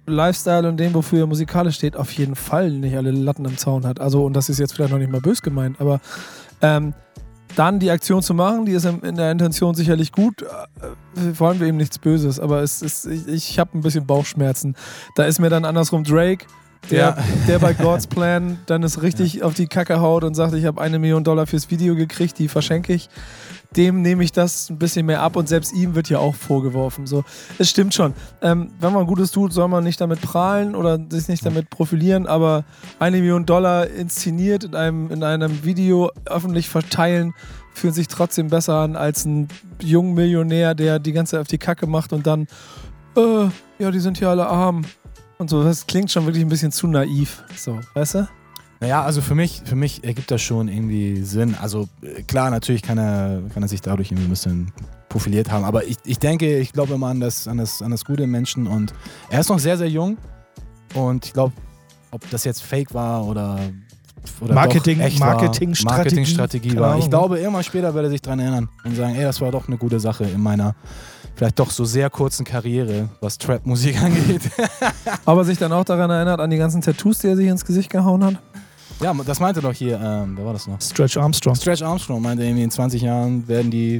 Lifestyle und dem, wofür er musikalisch steht, auf jeden Fall nicht alle Latten am Zaun hat. Also, und das ist jetzt vielleicht noch nicht mal bös gemeint, aber ähm, dann die Aktion zu machen, die ist in der Intention sicherlich gut, äh, wollen wir ihm nichts Böses, aber es ist, ich, ich habe ein bisschen Bauchschmerzen. Da ist mir dann andersrum Drake, der, Ja. der bei God's Plan dann ist richtig ja. auf die Kacke haut und sagt, ich habe eine Million Dollar fürs Video gekriegt, die verschenke ich. Dem nehme ich das ein bisschen mehr ab und selbst ihm wird ja auch vorgeworfen. So, es stimmt schon. Ähm, wenn man Gutes tut, soll man nicht damit prahlen oder sich nicht damit profilieren, aber eine Million Dollar inszeniert in einem, in einem Video öffentlich verteilen, fühlt sich trotzdem besser an als ein junger Millionär, der die ganze Zeit auf die Kacke macht und dann, äh, ja, die sind ja alle arm. Und so, das klingt schon wirklich ein bisschen zu naiv. So, weißt du? Naja, also für mich, für mich ergibt das schon irgendwie Sinn. Also äh, klar, natürlich kann er, kann er sich dadurch irgendwie ein bisschen profiliert haben. Aber ich, ich denke, ich glaube immer an das, an, das, an das Gute im Menschen. Und er ist noch sehr, sehr jung. Und ich glaube, ob das jetzt Fake war oder, oder Marketing, doch echt Marketingstrategie. war, Marketingstrategie Keine war. Ahnung. Ich glaube, immer später wird er sich daran erinnern und sagen, ey, das war doch eine gute Sache in meiner vielleicht doch so sehr kurzen Karriere, was Trap-Musik angeht. Aber sich dann auch daran erinnert, an die ganzen Tattoos, die er sich ins Gesicht gehauen hat? Ja, das meinte doch hier, ähm, wer war das noch? Stretch Armstrong. Stretch Armstrong meinte irgendwie, in zwanzig Jahren werden die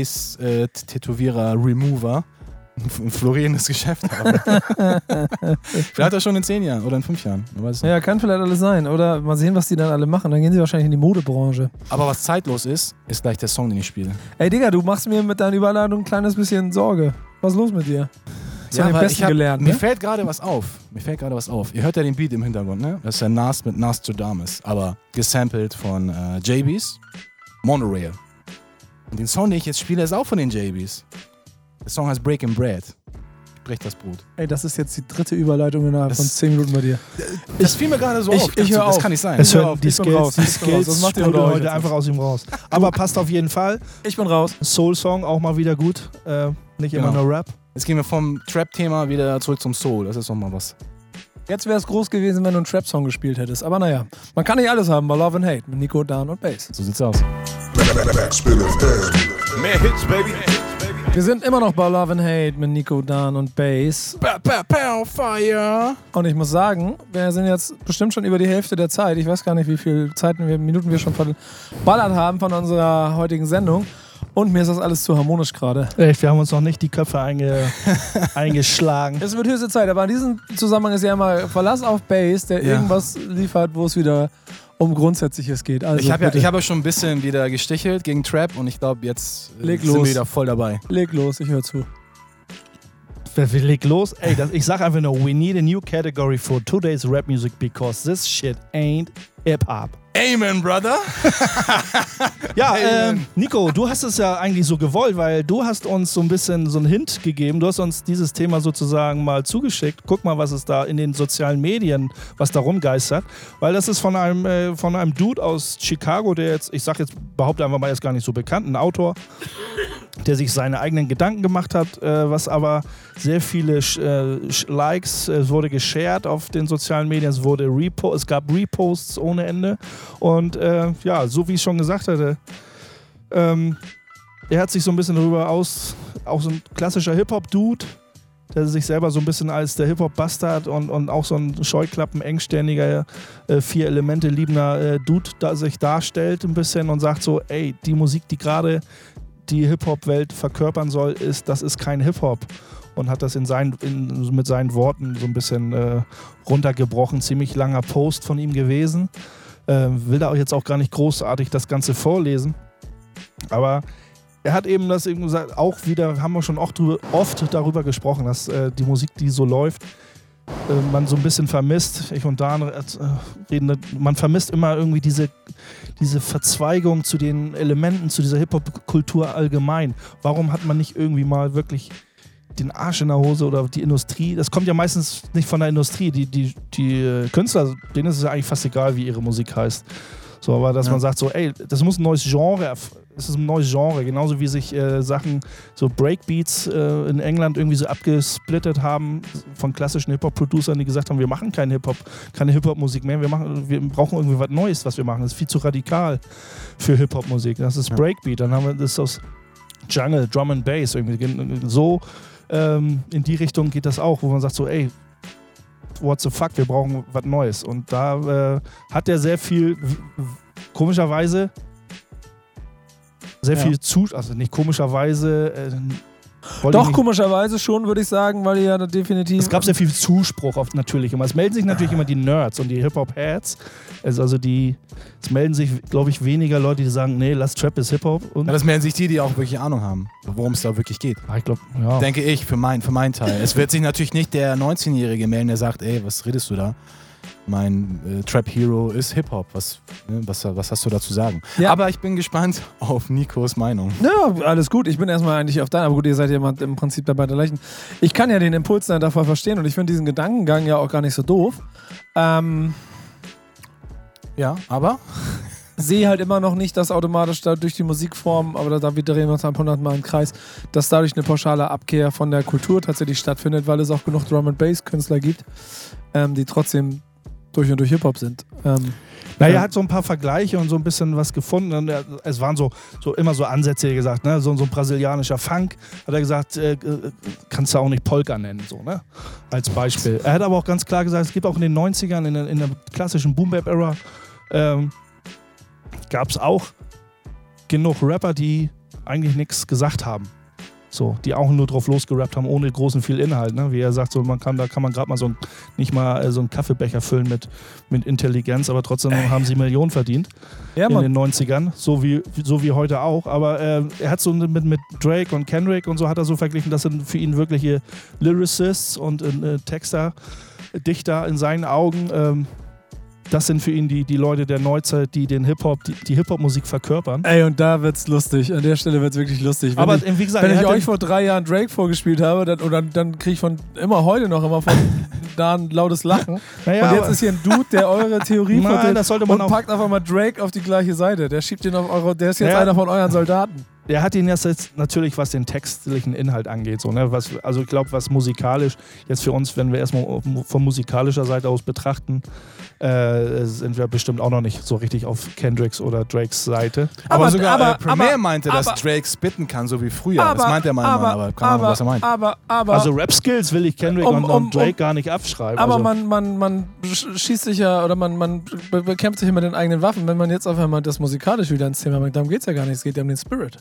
Face-Tätowierer-Remover ein florierendes Geschäft haben. Vielleicht auch schon in zehn Jahren oder in fünf Jahren. Man weiß es nicht. Ja, kann vielleicht alles sein. Oder mal sehen, was die dann alle machen. Dann gehen sie wahrscheinlich in die Modebranche. Aber was zeitlos ist, ist gleich der Song, den ich spiele. Ey, Digga, du machst mir mit deiner Überladung ein kleines bisschen Sorge. Was ist los mit dir? Hast du Ja, den weil Besten ich hab, gelernt, mir ne? fällt gerade was auf. Mir fällt gerade was auf. Ihr hört ja den Beat im Hintergrund, ne? Das ist der Nas mit Nostradamus, aber gesampelt von äh, J Bs, Monorail. Und den Song, den ich jetzt spiele, ist auch von den J Bs. Der Song heißt Breaking Bread. Brech das Brot. Ey, das ist jetzt die dritte Überleitung innerhalb Das- von zehn Minuten bei dir. Das fiel mir gerade so ich- auf. ich dachte, hör das auf. kann nicht sein. Es hör hören auf, die ich bin Skills, raus, die ich bin raus. Skills Was macht ihr sprudeln heute heute jetzt? einfach aus ihm raus. Aber passt auf jeden Fall. Ich bin raus. Soul-Song auch mal wieder gut. Äh, nicht immer Genau. nur Rap. Jetzt gehen wir vom Trap-Thema wieder zurück zum Soul. Das ist doch mal was. Jetzt wäre es groß gewesen, wenn du einen Trap-Song gespielt hättest. Aber naja, man kann nicht alles haben bei Love and Hate mit Nico, Dan und Bass. So sieht's aus. Backspin F M. Mehr Hits, baby. Wir sind immer noch bei Love and Hate mit Nico, Dan und Bass. Pow, pow, pow, fire. Und ich muss sagen, wir sind jetzt bestimmt schon über die Hälfte der Zeit. Ich weiß gar nicht, wie viele Zeiten wir, Minuten wir schon verballert haben von unserer heutigen Sendung. Und mir ist das alles zu harmonisch gerade. Echt, wir haben uns noch nicht die Köpfe einge eingeschlagen. Es wird höchste Zeit, aber in diesem Zusammenhang ist ja immer Verlass auf Bass, der Ja. irgendwas liefert, wo es wieder um Grundsätzliches geht. Also Ich habe ja, bitte, ich hab ja schon ein bisschen wieder gestichelt gegen Trap und ich glaube, jetzt äh, Leg sind los. wir wieder voll dabei. leg los, ich höre zu. Wer will leg los? Ey, das, ich sag einfach nur, we need a new category for today's rap music because this shit ain't hip-hop. Amen, brother. Ja, Amen. ähm, Nico, du hast es ja eigentlich so gewollt, weil du hast uns so ein bisschen so einen Hint gegeben. Du hast uns dieses Thema sozusagen mal zugeschickt. Guck mal, was es da in den sozialen Medien, was da rumgeistert. Weil das ist von einem, äh, von einem Dude aus Chicago, der jetzt, ich sag jetzt, behaupte einfach mal, er ist gar nicht so bekannt, ein Autor, der sich seine eigenen Gedanken gemacht hat, äh, was aber sehr viele äh, Likes, es wurde geshared auf den sozialen Medien, es, wurde Repo es gab Reposts ohne Ende und äh, ja, so wie ich schon gesagt hatte, ähm, er hat sich so ein bisschen darüber aus, auch so ein klassischer Hip-Hop-Dude, der sich selber so ein bisschen als der Hip-Hop-Bastard und, und auch so ein Scheuklappen, engstirniger, äh, vier Elemente liebender äh, Dude da sich darstellt ein bisschen und sagt so, ey, die Musik, die gerade die Hip-Hop-Welt verkörpern soll, ist, das ist kein Hip-Hop. Und hat das in seinen, in, mit seinen Worten so ein bisschen äh, runtergebrochen. Ziemlich langer Post von ihm gewesen. Äh, will da jetzt auch gar nicht großartig das Ganze vorlesen. Aber er hat eben das eben gesagt, auch wieder, haben wir schon oft, drüber, oft darüber gesprochen, dass äh, die Musik, die so läuft, äh, man so ein bisschen vermisst. Ich und Dan äh, reden, man vermisst immer irgendwie diese, diese Verzweigung zu den Elementen, zu dieser Hip-Hop-Kultur allgemein. Warum hat man nicht irgendwie mal wirklich den Arsch in der Hose oder die Industrie? Das kommt ja meistens nicht von der Industrie. Die, die, die Künstler, denen ist es ja eigentlich fast egal, wie ihre Musik heißt. So, aber dass Ja. man sagt so, ey, das muss ein neues Genre, es ist ein neues Genre, genauso wie sich äh, Sachen, so Breakbeats äh, in England irgendwie so abgesplittet haben von klassischen Hip-Hop-Producern, die gesagt haben, wir machen keinen Hip-Hop, keine Hip-Hop-Musik mehr, wir, machen, wir brauchen irgendwie was Neues, was wir machen. Das ist viel zu radikal für Hip-Hop-Musik. Das ist Ja. Breakbeat, dann haben wir das aus Jungle, Drum and Bass, irgendwie so ähm, in die Richtung geht das auch, wo man sagt so, ey, what, what the fuck, wir brauchen was Neues. Und da äh, hat er sehr viel, komischerweise, sehr ja. viel zu, also nicht komischerweise, äh, Doch, komischerweise schon, würde ich sagen, weil die ja definitiv... Es gab sehr viel Zuspruch oft natürlich immer. Es melden sich natürlich immer die Nerds und die Hip-Hop-Heads. Also, also die, es melden sich, glaube ich, weniger Leute, die sagen, nee, lass Trap ist Hip-Hop. Ja, das melden sich die, die auch wirklich Ahnung haben, worum es da wirklich geht. Ja, ich glaube, ja. Denke ich, für, mein, für meinen Teil. Es wird sich natürlich nicht der neunzehnjährige melden, der sagt, ey, was redest du da? Mein äh, Trap-Hero ist Hip-Hop. Was, ne, was, was hast du dazu sagen? Ja. Aber ich bin gespannt auf Nikos Meinung. Ja, alles gut. Ich bin erstmal eigentlich auf deiner, aber gut, ihr seid ja im Prinzip dabei der Leichen. Ich kann ja den Impuls dann davor verstehen und ich finde diesen Gedankengang ja auch gar nicht so doof. Ähm, ja, aber? sehe halt immer noch nicht, dass automatisch da durch die Musikform, aber da, da drehen wir uns dann hundertmal im Kreis, dass dadurch eine pauschale Abkehr von der Kultur tatsächlich stattfindet, weil es auch genug Drum-and-Bass-Künstler gibt, ähm, die trotzdem durch und durch Hip-Hop sind. Ähm, naja, er hat so ein paar Vergleiche und so ein bisschen was gefunden. Und er, es waren so, so immer so Ansätze, die gesagt, ne? so, so ein brasilianischer Funk, hat er gesagt, äh, kannst du auch nicht Polka nennen, so, ne? Als Beispiel. Er hat aber auch ganz klar gesagt, es gibt auch in den neunzigern, in der, in der klassischen Boom-Bap-Ära, ähm, gab es auch genug Rapper, die eigentlich nichts gesagt haben. So, die auch nur drauf losgerappt haben, ohne großen viel Inhalt. Ne? Wie er sagt, so, man kann, da kann man gerade mal so ein, nicht mal äh, so einen Kaffeebecher füllen mit, mit Intelligenz, aber trotzdem äh. haben sie Millionen verdient ja, in Mann. den neunzigern, so wie, so wie heute auch. Aber äh, er hat so mit, mit Drake und Kendrick und so hat er so verglichen, das sind für ihn wirkliche Lyricists und äh, Texter, Dichter in seinen Augen. Ähm, Das sind für ihn die, die Leute der Neuzeit, die den Hip-Hop, die, die Hip-Hop-Musik verkörpern. Ey, und da wird's lustig. An der Stelle wird's wirklich lustig. Wenn Aber ich, wie gesagt, wenn ich er hat euch vor drei Jahren Drake vorgespielt habe, dann, und dann, dann kriege ich von immer heute noch immer von da ein lautes Lachen. Naja, und jetzt ist hier ein Dude, der eure Theorie Nein, vertritt das sollte man und auch packt einfach mal Drake auf die gleiche Seite. Der schiebt ihn auf eure, der ist jetzt Ja. einer von euren Soldaten. Er hat ihn jetzt natürlich, was den textlichen Inhalt angeht. So, ne? was, also ich glaube, was musikalisch, jetzt für uns, wenn wir erstmal von musikalischer Seite aus betrachten, äh, sind wir bestimmt auch noch nicht so richtig auf Kendricks oder Drakes Seite. Aber, Aber- sogar aber- äh, Premier aber- meinte, dass aber- Drake spitten kann, so wie früher. das meint er mal, aber, aber, aber keine Ahnung, aber, was er meint. Aber, aber, Also Rap-Skills will ich Kendrick Um- und, um- und Drake um- gar nicht abschreiben. aber also, man, man, man sch- schießt sich ja, oder man, man be- bekämpft sich ja mit den eigenen Waffen, wenn man jetzt auf einmal das musikalisch wieder ins Thema bringt. Darum geht's ja gar nicht, es geht ja um den Spirit.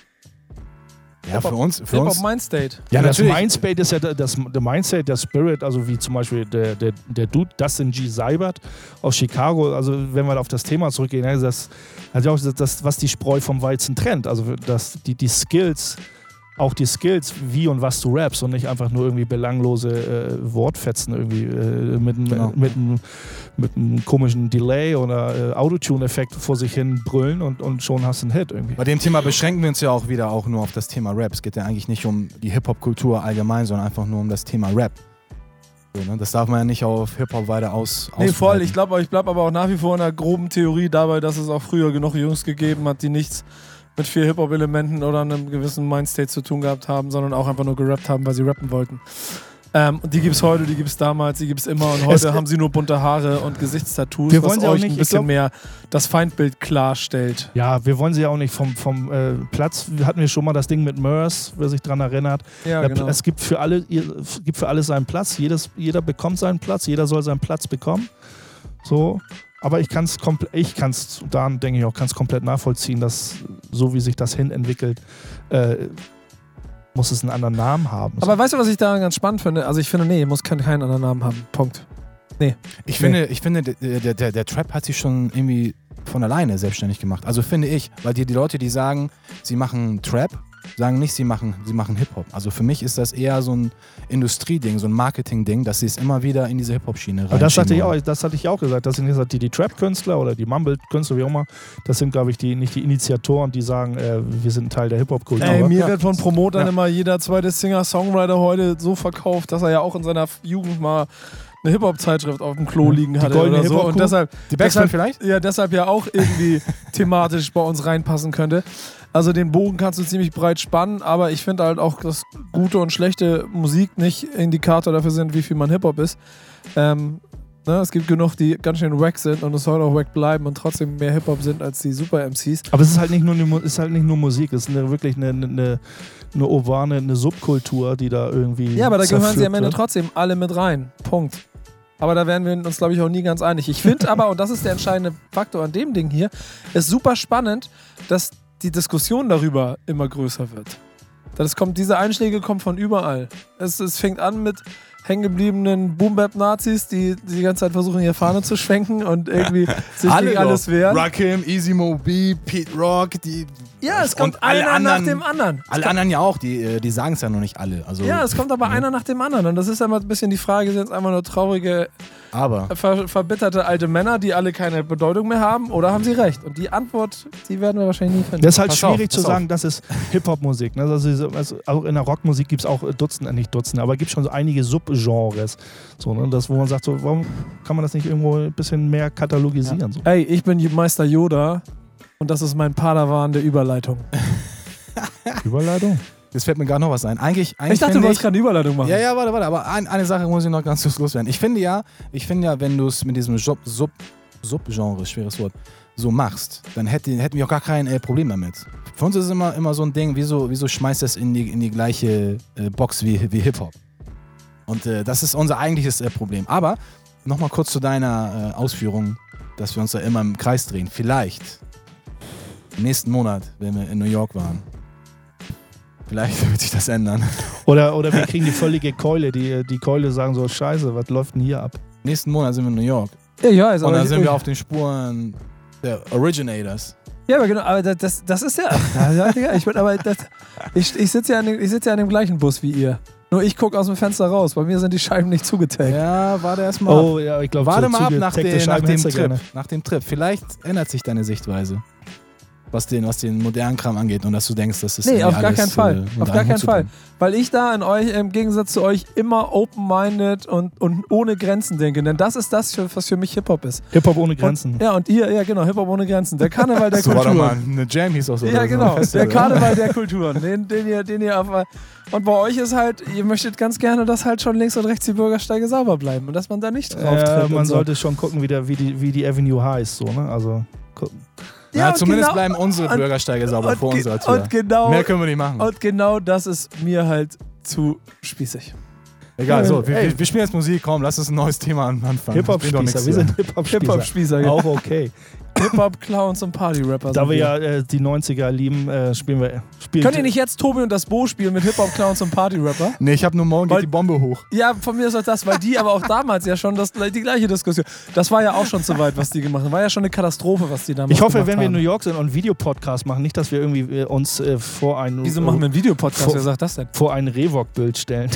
Ja, für uns. Für uns Hip-Hop Mindstate. ja, das natürlich. Mindstate ist ja das, das, der Mindset, der Spirit, also wie zum Beispiel der, der, der Dude Dustin G. Seibert aus Chicago, also wenn wir auf das Thema zurückgehen, ja, das hat ja auch das, das, was die Spreu vom Weizen trennt, also das, die, die Skills, auch die Skills, wie und was du rappst und nicht einfach nur irgendwie belanglose äh, Wortfetzen irgendwie äh, mit, Genau. mit, mit, mit einem komischen Delay oder äh, Autotune-Effekt vor sich hin brüllen und, und schon hast du einen Hit irgendwie. Bei dem Thema beschränken wir uns ja auch wieder auch nur auf das Thema Rap. Es geht ja eigentlich nicht um die Hip-Hop-Kultur allgemein, sondern einfach nur um das Thema Rap. So, ne? Das darf man ja nicht auf Hip-Hop weiter aus. Nee, voll. ausweiten. Ich glaube ich bleib aber auch nach wie vor in einer groben Theorie dabei, dass es auch früher genug Jungs gegeben hat, die nichts mit vier Hip-Hop-Elementen oder einem gewissen Mindstate zu tun gehabt haben, sondern auch einfach nur gerappt haben, weil sie rappen wollten. Ähm, und die gibt's heute, die gibt's damals, die gibt's immer und heute Es- haben sie nur bunte Haare und Gesichtstattoos, Wir was wollen sie auch euch nicht- ein ich bisschen glaub- mehr das Feindbild klarstellt. Ja, wir wollen sie ja auch nicht vom, vom äh, Platz. Hatten wir schon mal das Ding mit Murs, wer sich daran erinnert. Ja, Der- genau. Es gibt für alle, ihr- es gibt für alle seinen Platz. Jedes, jeder bekommt seinen Platz. Jeder soll seinen Platz bekommen. So. Aber ich kann es komplett, ich kann es, da denke ich auch, kann es komplett nachvollziehen, dass so wie sich das hin entwickelt, äh, muss es einen anderen Namen haben. Aber weißt du, was ich daran ganz spannend finde? Also ich finde, nee, muss keinen, keinen anderen Namen haben. Punkt. Ich Nee. finde, ich finde der, der, der, der Trap hat sich schon irgendwie von alleine selbstständig gemacht. Also finde ich, weil die, die Leute, die sagen, sie machen Trap, sagen nicht, sie machen, sie machen Hip-Hop. Also für mich ist das eher so ein Industrieding, so ein Marketing-Ding, dass sie es immer wieder in diese Hip-Hop-Schiene rein. Aber das hatte ich auch, das hatte ich auch gesagt. Das sind jetzt die, die Trap-Künstler oder die Mumble-Künstler, wie auch immer. Das sind, glaube ich, die, nicht die Initiatoren, die sagen, äh, wir sind ein Teil der Hip-Hop-Kultur. Ey, mir Ja. wird von Promotern Ja. immer jeder zweite Singer-Songwriter heute so verkauft, dass er ja auch in seiner Jugend mal eine Hip-Hop-Zeitschrift auf dem Klo liegen Die hatte goldene oder so. Hip-Hop-Kuh? Und deshalb, Die Backspin deshalb, vielleicht? ja, deshalb ja auch irgendwie thematisch bei uns reinpassen könnte. Also den Bogen kannst du ziemlich breit spannen, aber ich finde halt auch, dass gute und schlechte Musik nicht Indikator dafür sind, wie viel man Hip-Hop ist. Ähm, ne, es gibt genug, die ganz schön wack sind und es soll auch wack bleiben und trotzdem mehr Hip-Hop sind als die Super-M Cs. Aber es ist halt nicht nur, eine, Mu- ist halt nicht nur Musik, es ist eine, wirklich eine, eine, eine urbane, eine Subkultur, die da irgendwie. Ja, aber da gehören sie am zerpflückt Ende wird. trotzdem alle mit rein. Punkt. Aber da werden wir uns, glaube ich, auch nie ganz einig. Ich finde aber, und das ist der entscheidende Faktor an dem Ding hier, ist super spannend, dass die Diskussion darüber immer größer wird. Das kommt, diese Einschläge kommen von überall. Es, es fängt an mit hängengebliebenen Boom-Bap-Nazis, die die ganze Zeit versuchen, ihre Fahne zu schwenken und irgendwie sich Alle gegen alles wehren. Rakim, Easy Mo B, Pete Rock, die... Ja, es kommt und alle einer anderen, nach dem anderen. Alle anderen ja auch, die, die sagen es ja noch nicht alle. Also, Ja, es kommt aber ja. einer nach dem anderen. Und das ist immer ein bisschen die Frage, sind es einfach nur traurige, Aber ver verbitterte alte Männer, die alle keine Bedeutung mehr haben, oder haben sie recht? Und die Antwort, die werden wir wahrscheinlich nie finden. Das ist halt Pass schwierig auf, zu pass sagen, das ist Hip-Hop-Musik. Ne? Also, also auch in der Rockmusik gibt es auch Dutzende, nicht Dutzende, aber es gibt schon so einige Subgenres. So, ne? Das, wo man sagt, so, warum kann man das nicht irgendwo ein bisschen mehr katalogisieren? Ja. So. Ey, ich bin Meister Yoda und das ist mein Padawan der Überleitung. Überleitung? jetzt fällt mir gar noch was ein. Eigentlich, eigentlich Ich dachte, du finde wolltest gerade eine Überleitung machen. Ja, ja, warte, warte. Aber ein, eine Sache muss ich noch ganz kurz loswerden. Ich finde ja, ich finde ja, wenn du es mit diesem Sub, Sub, Subgenre, schweres Wort, so machst, dann hätte, hätten wir auch gar kein äh, Problem damit. Für uns ist es immer, immer so ein Ding, wieso, wieso schmeißt das in die, in die gleiche äh, Box wie, wie Hip-Hop? Und äh, das ist unser eigentliches äh, Problem. Aber nochmal kurz zu deiner äh, Ausführung, dass wir uns da immer im Kreis drehen. Vielleicht im nächsten Monat, wenn wir in New York waren, vielleicht wird sich das ändern. Oder, oder wir kriegen die völlige Keule. Die, die Keule sagen so, scheiße, was läuft denn hier ab? Nächsten Monat sind wir in New York. Ja, ja, also Und dann ich, sind ich, wir auf den Spuren der Originators. Ja, aber genau, aber das, das, das ist ja. ja, ja Digga, ich bin, aber das, ich, ich sitze ja, an dem- ich sitz ja an dem gleichen Bus wie ihr. Nur ich gucke aus dem Fenster raus. Bei mir sind die Scheiben nicht zugetaggt. Ja, warte erst mal ab. Oh ja, ich glaube, Warte mal ab nach, den, nach Scheiben dem hättest du Trip. gerne. Nach dem Trip. Vielleicht ändert sich deine Sichtweise. Was den, was den modernen Kram angeht und dass du denkst, das ist Nee, irgendwie auf gar alles, keinen Fall. äh, Auf unter gar einen keinen Hut zu Fall. bringen. Weil ich da in euch, im Gegensatz zu euch, immer open-minded und, und ohne Grenzen denke. Denn das ist das, was für mich Hip-Hop ist. Hip-Hop ohne Grenzen. Und, ja, und ihr, ja genau, Hip-Hop ohne Grenzen. Der Karneval der So war doch Kultur. mal eine Jam hieß auch so. Ja, oder so ein genau. Festival, Der Karneval der Kulturen. Den, den ihr, den ihr auf, und bei euch ist halt, ihr möchtet ganz gerne, dass halt schon links und rechts die Bürgersteige sauber bleiben und dass man da nicht drauf tritt. Äh, und man so. sollte schon gucken, wie, der, wie, die, wie die Avenue heißt. So, ne? Also gucken. Ja, Ja, zumindest genau. bleiben unsere Und- Bürgersteige sauber und vor ge- unserer Tür. Und genau, Mehr können wir nicht machen. und genau das ist mir halt zu spießig. Egal, so, wir, Ey. wir, wir spielen jetzt Musik, komm, lass uns ein neues Thema an- anfangen. Das bringt doch Hip-Hop-Spießer. nichts Wir hier. sind Hip-Hop-Spießer. Hip-Hop-Spießer, ja. Auch okay. Hip-Hop-Clowns und Party-Rapper. Da sind wir ja äh, die neunziger lieben, äh, spielen wir. Spielt, Könnt ihr nicht jetzt Tobi und das Bo spielen mit Hip-Hop-Clowns und Party-Rapper? Nee, ich hab nur morgen Weil- geht die Bombe hoch. Ja, von mir ist auch das, weil die aber auch damals ja schon das, die gleiche Diskussion. Das war ja auch schon so weit, was die gemacht haben. War ja schon eine Katastrophe, was die damals Ich hoffe, gemacht wenn wir in haben. New York sind und einen Videopodcast machen, nicht, dass wir irgendwie äh, uns äh, vor ein Wieso machen wir einen Videopodcast? Vor- Wer sagt das denn? vor ein Revok-Bild stellen.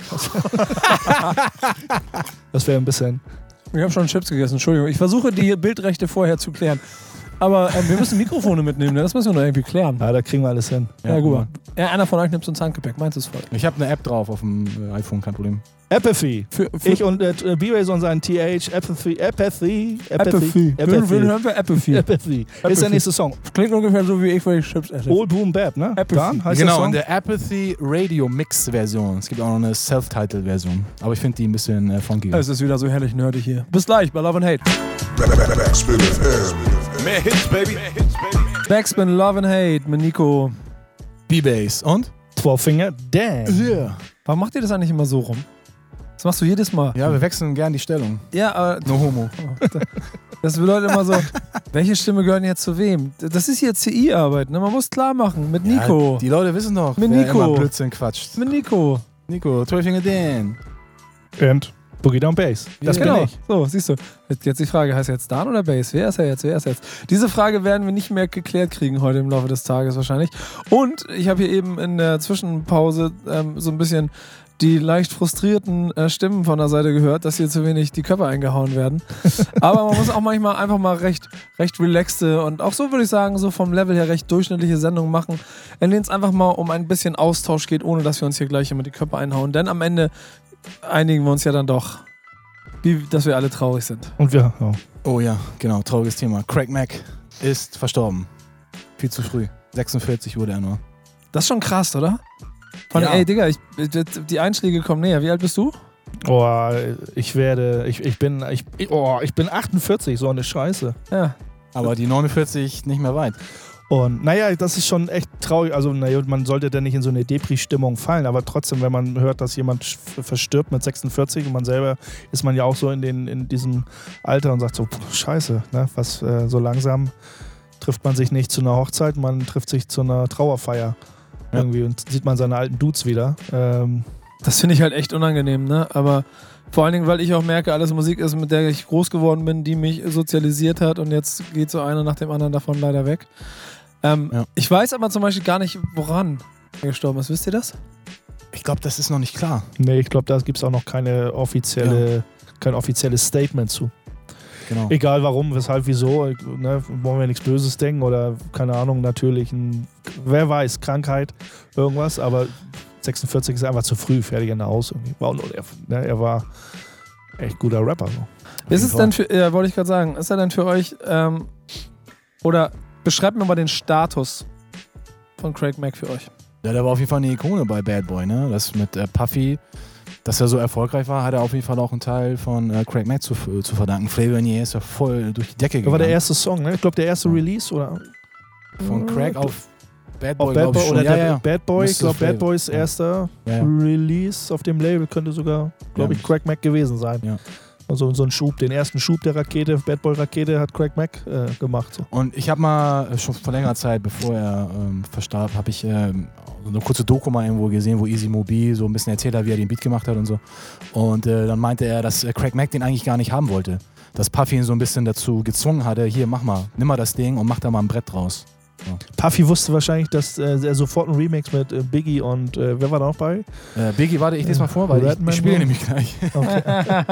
Das wäre ein bisschen. Wir haben schon Chips gegessen, Entschuldigung. Ich versuche, die Bildrechte vorher zu klären. Aber ähm, wir müssen Mikrofone mitnehmen, ne? Das müssen wir noch irgendwie klären. Ja, da kriegen wir alles hin. Ja, gut. Ja, einer von euch nimmt so ein Handgepäck, meins ist voll. Ich habe eine App drauf auf dem äh, iPhone, kein Problem. Apathy. Für, für Ich und äh, B-Ray und sein T H. Apathy. Apathy. Apathy. Wen, wen Apathy. hören wir? Apathy. Apathy. Ist der nächste Song. Klingt ungefähr so wie ich, wenn ich Chips esse. Old Boom Bap, ne? Apathy. Dan, heißt Genau, der in Song? der Apathy Radio Mix Version. Es gibt auch noch eine Self-Titled-Version. Aber ich finde die ein bisschen äh, funkiger. Es ist wieder so herrlich nerdig hier. Bis gleich bei Love and Hate. Backspin F M. Mehr Hits, baby. Backspin Love and Hate mit Nico. B-Bass. Und? zwölf Finger. Damn. Yeah. Warum macht ihr das eigentlich immer so rum? Das machst du jedes Mal. Ja, wir wechseln gern die Stellung. Ja, aber No homo. das bedeutet immer so, welche Stimme gehört jetzt zu wem? Das ist hier C I-Arbeit, ne? Man muss klar machen. Mit Nico. Ja, die Leute wissen doch, Mit wer Nico. immer Blödsinn quatscht. mit Nico. Nico, zwölf Finger Dan. Und Boogie Down Bass. Das Ja. bin Genau. ich. So, siehst du. Jetzt, jetzt die Frage, heißt er jetzt Dan oder Bass? Wer ist er jetzt? Wer ist er jetzt? Diese Frage werden wir nicht mehr geklärt kriegen heute im Laufe des Tages wahrscheinlich. Und ich habe hier eben in der Zwischenpause ähm, so ein bisschen die leicht frustrierten äh, Stimmen von der Seite gehört, dass hier zu wenig die Köpfe eingehauen werden. Aber man muss auch manchmal einfach mal recht, recht relaxte und auch so würde ich sagen, so vom Level her recht durchschnittliche Sendungen machen, in denen es einfach mal um ein bisschen Austausch geht, ohne dass wir uns hier gleich immer die Köpfe einhauen. Denn am Ende einigen wir uns ja dann doch, wie, dass wir alle traurig sind. Und wir. Ja. Oh ja, genau, trauriges Thema. Craig Mack ist verstorben. Viel zu früh. sechsundvierzig wurde er nur. Das ist schon krass, oder? Von, Ja. Ey, Digga, ich, die Einschläge kommen näher. Wie alt bist du? Oh, ich werde. Ich, ich bin. Ich, oh, ich bin achtundvierzig, so eine Scheiße. Ja. Aber die neunundvierzig nicht mehr weit. Und naja, das ist schon echt traurig. Also naja, man sollte da nicht in so eine Depri-Stimmung fallen, aber trotzdem, wenn man hört, dass jemand verstirbt mit sechsundvierzig und man selber ist man ja auch so in, den, in diesem Alter und sagt so, scheiße, ne? Was äh, so langsam trifft man sich nicht zu einer Hochzeit, man trifft sich zu einer Trauerfeier ja. irgendwie und sieht man seine alten Dudes wieder. Ähm, das finde ich halt echt unangenehm, ne? Aber vor allen Dingen, weil ich auch merke, alles Musik ist, mit der ich groß geworden bin, die mich sozialisiert hat und jetzt geht so einer nach dem anderen davon leider weg. Ähm, ja. Ich weiß aber zum Beispiel gar nicht, woran er gestorben ist. Wisst ihr das? Ich glaube, das ist noch nicht klar. Nee, ich glaube, da gibt es auch noch keine offizielle, ja. kein offizielles Statement zu. Genau. Egal warum, weshalb, wieso, ne, wollen wir nichts Böses denken oder keine Ahnung, natürlich, ein, wer weiß, Krankheit, irgendwas, aber sechsundvierzig ist einfach zu früh, fertig in der Haus. Wow, er, ne, er war echt guter Rapper. So. Ist es denn für, ja, wollte ich gerade sagen, ist er denn für euch, ähm, oder beschreibt mir mal den Status von Craig Mack für euch. Ja, der war auf jeden Fall eine Ikone bei Bad Boy, ne? Das mit äh, Puffy, dass er so erfolgreich war, hat er auf jeden Fall auch einen Teil von äh, Craig Mack zu, zu verdanken. Flavor in the Air ist ja voll durch die Decke gegangen. Das war der erste Song, ne? Ich glaube, der erste Release, oder? Von Craig auf Bad Boy, auf Bad Boy oder ja, der ja. Bad Boy, ich glaube, Bad Boys ja. erster ja, ja. Release auf dem Label könnte sogar, glaube ja, ich, Craig Mack gewesen sein. Ja. Also so ein Schub, den ersten Schub der Rakete, Bad Boy Rakete hat Craig Mack äh, gemacht. So. Und ich habe mal schon vor längerer Zeit, bevor er ähm, verstarb, habe ich ähm, so eine kurze Doku mal irgendwo gesehen, wo Easy Mobi so ein bisschen erzählt hat, wie er den Beat gemacht hat und so. Und äh, dann meinte er, dass äh, Craig Mack den eigentlich gar nicht haben wollte. Dass Puffy ihn so ein bisschen dazu gezwungen hatte, hier, mach mal, nimm mal das Ding und mach da mal ein Brett draus. So. Puffy wusste wahrscheinlich, dass äh, er sofort einen Remix mit äh, Biggie und äh, wer war da noch bei? Äh, Biggie, warte, ich lese mal vor, weil Redman ich, ich spiele nämlich gleich. Okay.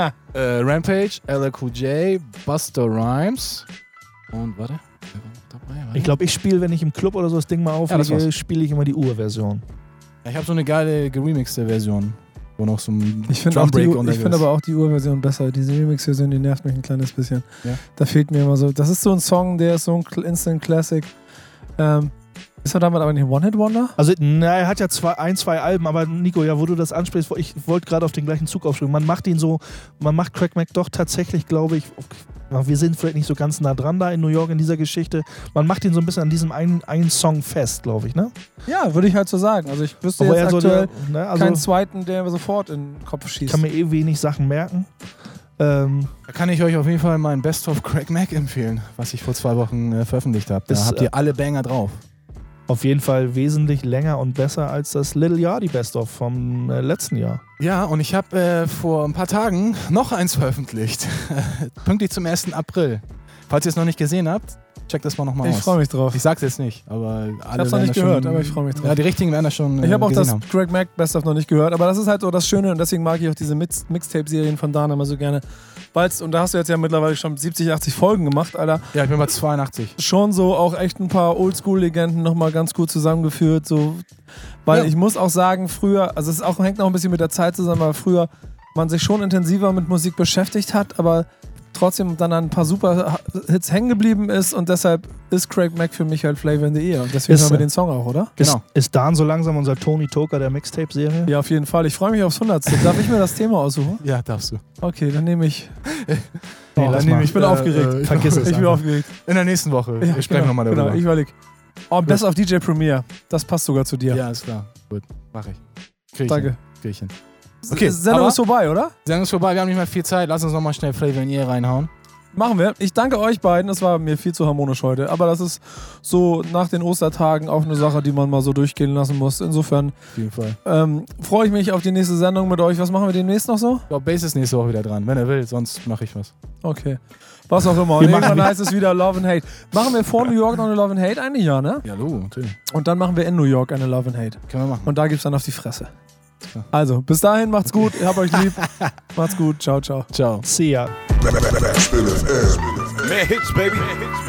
äh, Rampage, L L Cool J, Busta Rhymes und warte. Dabei, warte. Ich glaube, ich spiele, wenn ich im Club oder so das Ding mal auflege, ja, spiele ich immer die Urversion. Ja, ich habe so eine geile geremixte Version, wo noch so ein Ich finde find aber auch die Urversion besser. Diese Remix-Version, die nervt mich ein kleines bisschen. Ja. Da fehlt mir immer so. Das ist so ein Song, der ist so ein Instant Classic. Ähm, ist er damit aber nicht ein One-Hit-Wonder? Also, na, er hat ja zwei, ein, zwei Alben, aber Nico, ja, wo du das ansprichst, ich wollte gerade auf den gleichen Zug aufspringen. Man macht ihn so, man macht Craig Mack doch tatsächlich, glaube ich, wir sind vielleicht nicht so ganz nah dran da in New York in dieser Geschichte. Man macht ihn so ein bisschen an diesem einen, einen Song fest, glaube ich, ne? Ja, würde ich halt so sagen. Also ich wüsste aber jetzt aktuell so der, ne, also keinen zweiten, der mir sofort in den Kopf schießt. Ich kann mir eh wenig Sachen merken. Ähm, da kann ich euch auf jeden Fall mein Best of Craig Mack empfehlen, was ich vor zwei Wochen äh, veröffentlicht habe. Da ist, habt ihr alle Banger drauf. Auf jeden Fall wesentlich länger und besser als das Little Yachty Best of vom äh, letzten Jahr. Ja, und ich habe äh, vor ein paar Tagen noch eins veröffentlicht. Pünktlich zum ersten April. Falls ihr es noch nicht gesehen habt, checkt das mal nochmal aus. Ich freue mich drauf. Ich sag's jetzt nicht, aber alle ich hab's noch nicht gehört, schon, aber ich freue mich drauf. Ja, die richtigen werden das schon äh, Ich habe auch das haben. Craig Mack Best of noch nicht gehört, aber das ist halt so das Schöne und deswegen mag ich auch diese Mix- Mixtape-Serien von Dana immer so gerne. Weil's, und da hast du jetzt ja mittlerweile schon siebzig, achtzig Folgen gemacht, Alter. Ja, ich bin bei zweiundachtzig. Schon so auch echt ein paar Oldschool-Legenden nochmal ganz gut zusammengeführt, so. Weil ja. ich muss auch sagen, früher, also es auch, hängt noch ein bisschen mit der Zeit zusammen, weil früher man sich schon intensiver mit Musik beschäftigt hat, aber trotzdem dann an ein paar super Hits hängen geblieben ist und deshalb ist Craig Mack für mich halt Flavor in the Ear. Und deswegen ist, haben wir den Song auch, oder? Genau. Ist, ist Dan so langsam unser Tony Toker der Mixtape-Serie? Ja, auf jeden Fall. Ich freue mich aufs hundertste. Darf ich mir das Thema aussuchen? Ja, darfst du. Okay, dann nehme ich... nee, oh, dann nehm ich, ich bin äh, aufgeregt. Äh, Vergiss es. Ich bin aufgeregt. In der nächsten Woche. Ja, wir sprechen genau, nochmal darüber. Genau, ich überlege. Oh, Best of D J Premier. Das passt sogar zu dir. Ja, ist klar. Gut, mach ich. Krieg ich Danke. Krieg ich hin. Okay, Sendung ist vorbei, oder? Sendung ist vorbei, wir haben nicht mehr viel Zeit. Lass uns nochmal schnell Flavor in the Ear reinhauen. Machen wir. Ich danke euch beiden. Es war mir viel zu harmonisch heute. Aber das ist so nach den Ostertagen auch eine Sache, die man mal so durchgehen lassen muss. Insofern auf jeden Fall. Ähm, freue ich mich auf die nächste Sendung mit euch. Was machen wir demnächst noch so? Ich glaube, Bass ist nächste Woche wieder dran. Wenn er will, sonst mache ich was. Okay. Was auch immer. Und irgendwann heißt es wieder Love and Hate. Machen wir vor New York noch eine Love and Hate? Eigentlich ja, ne? Ja, du, natürlich. Und dann machen wir in New York eine Love and Hate. Können wir machen. Und da gibt's dann auf die Fresse. Also, bis dahin, macht's gut. Ich hab euch lieb. Macht's gut. Ciao, ciao. Ciao. See ya. Mehr Hits, baby.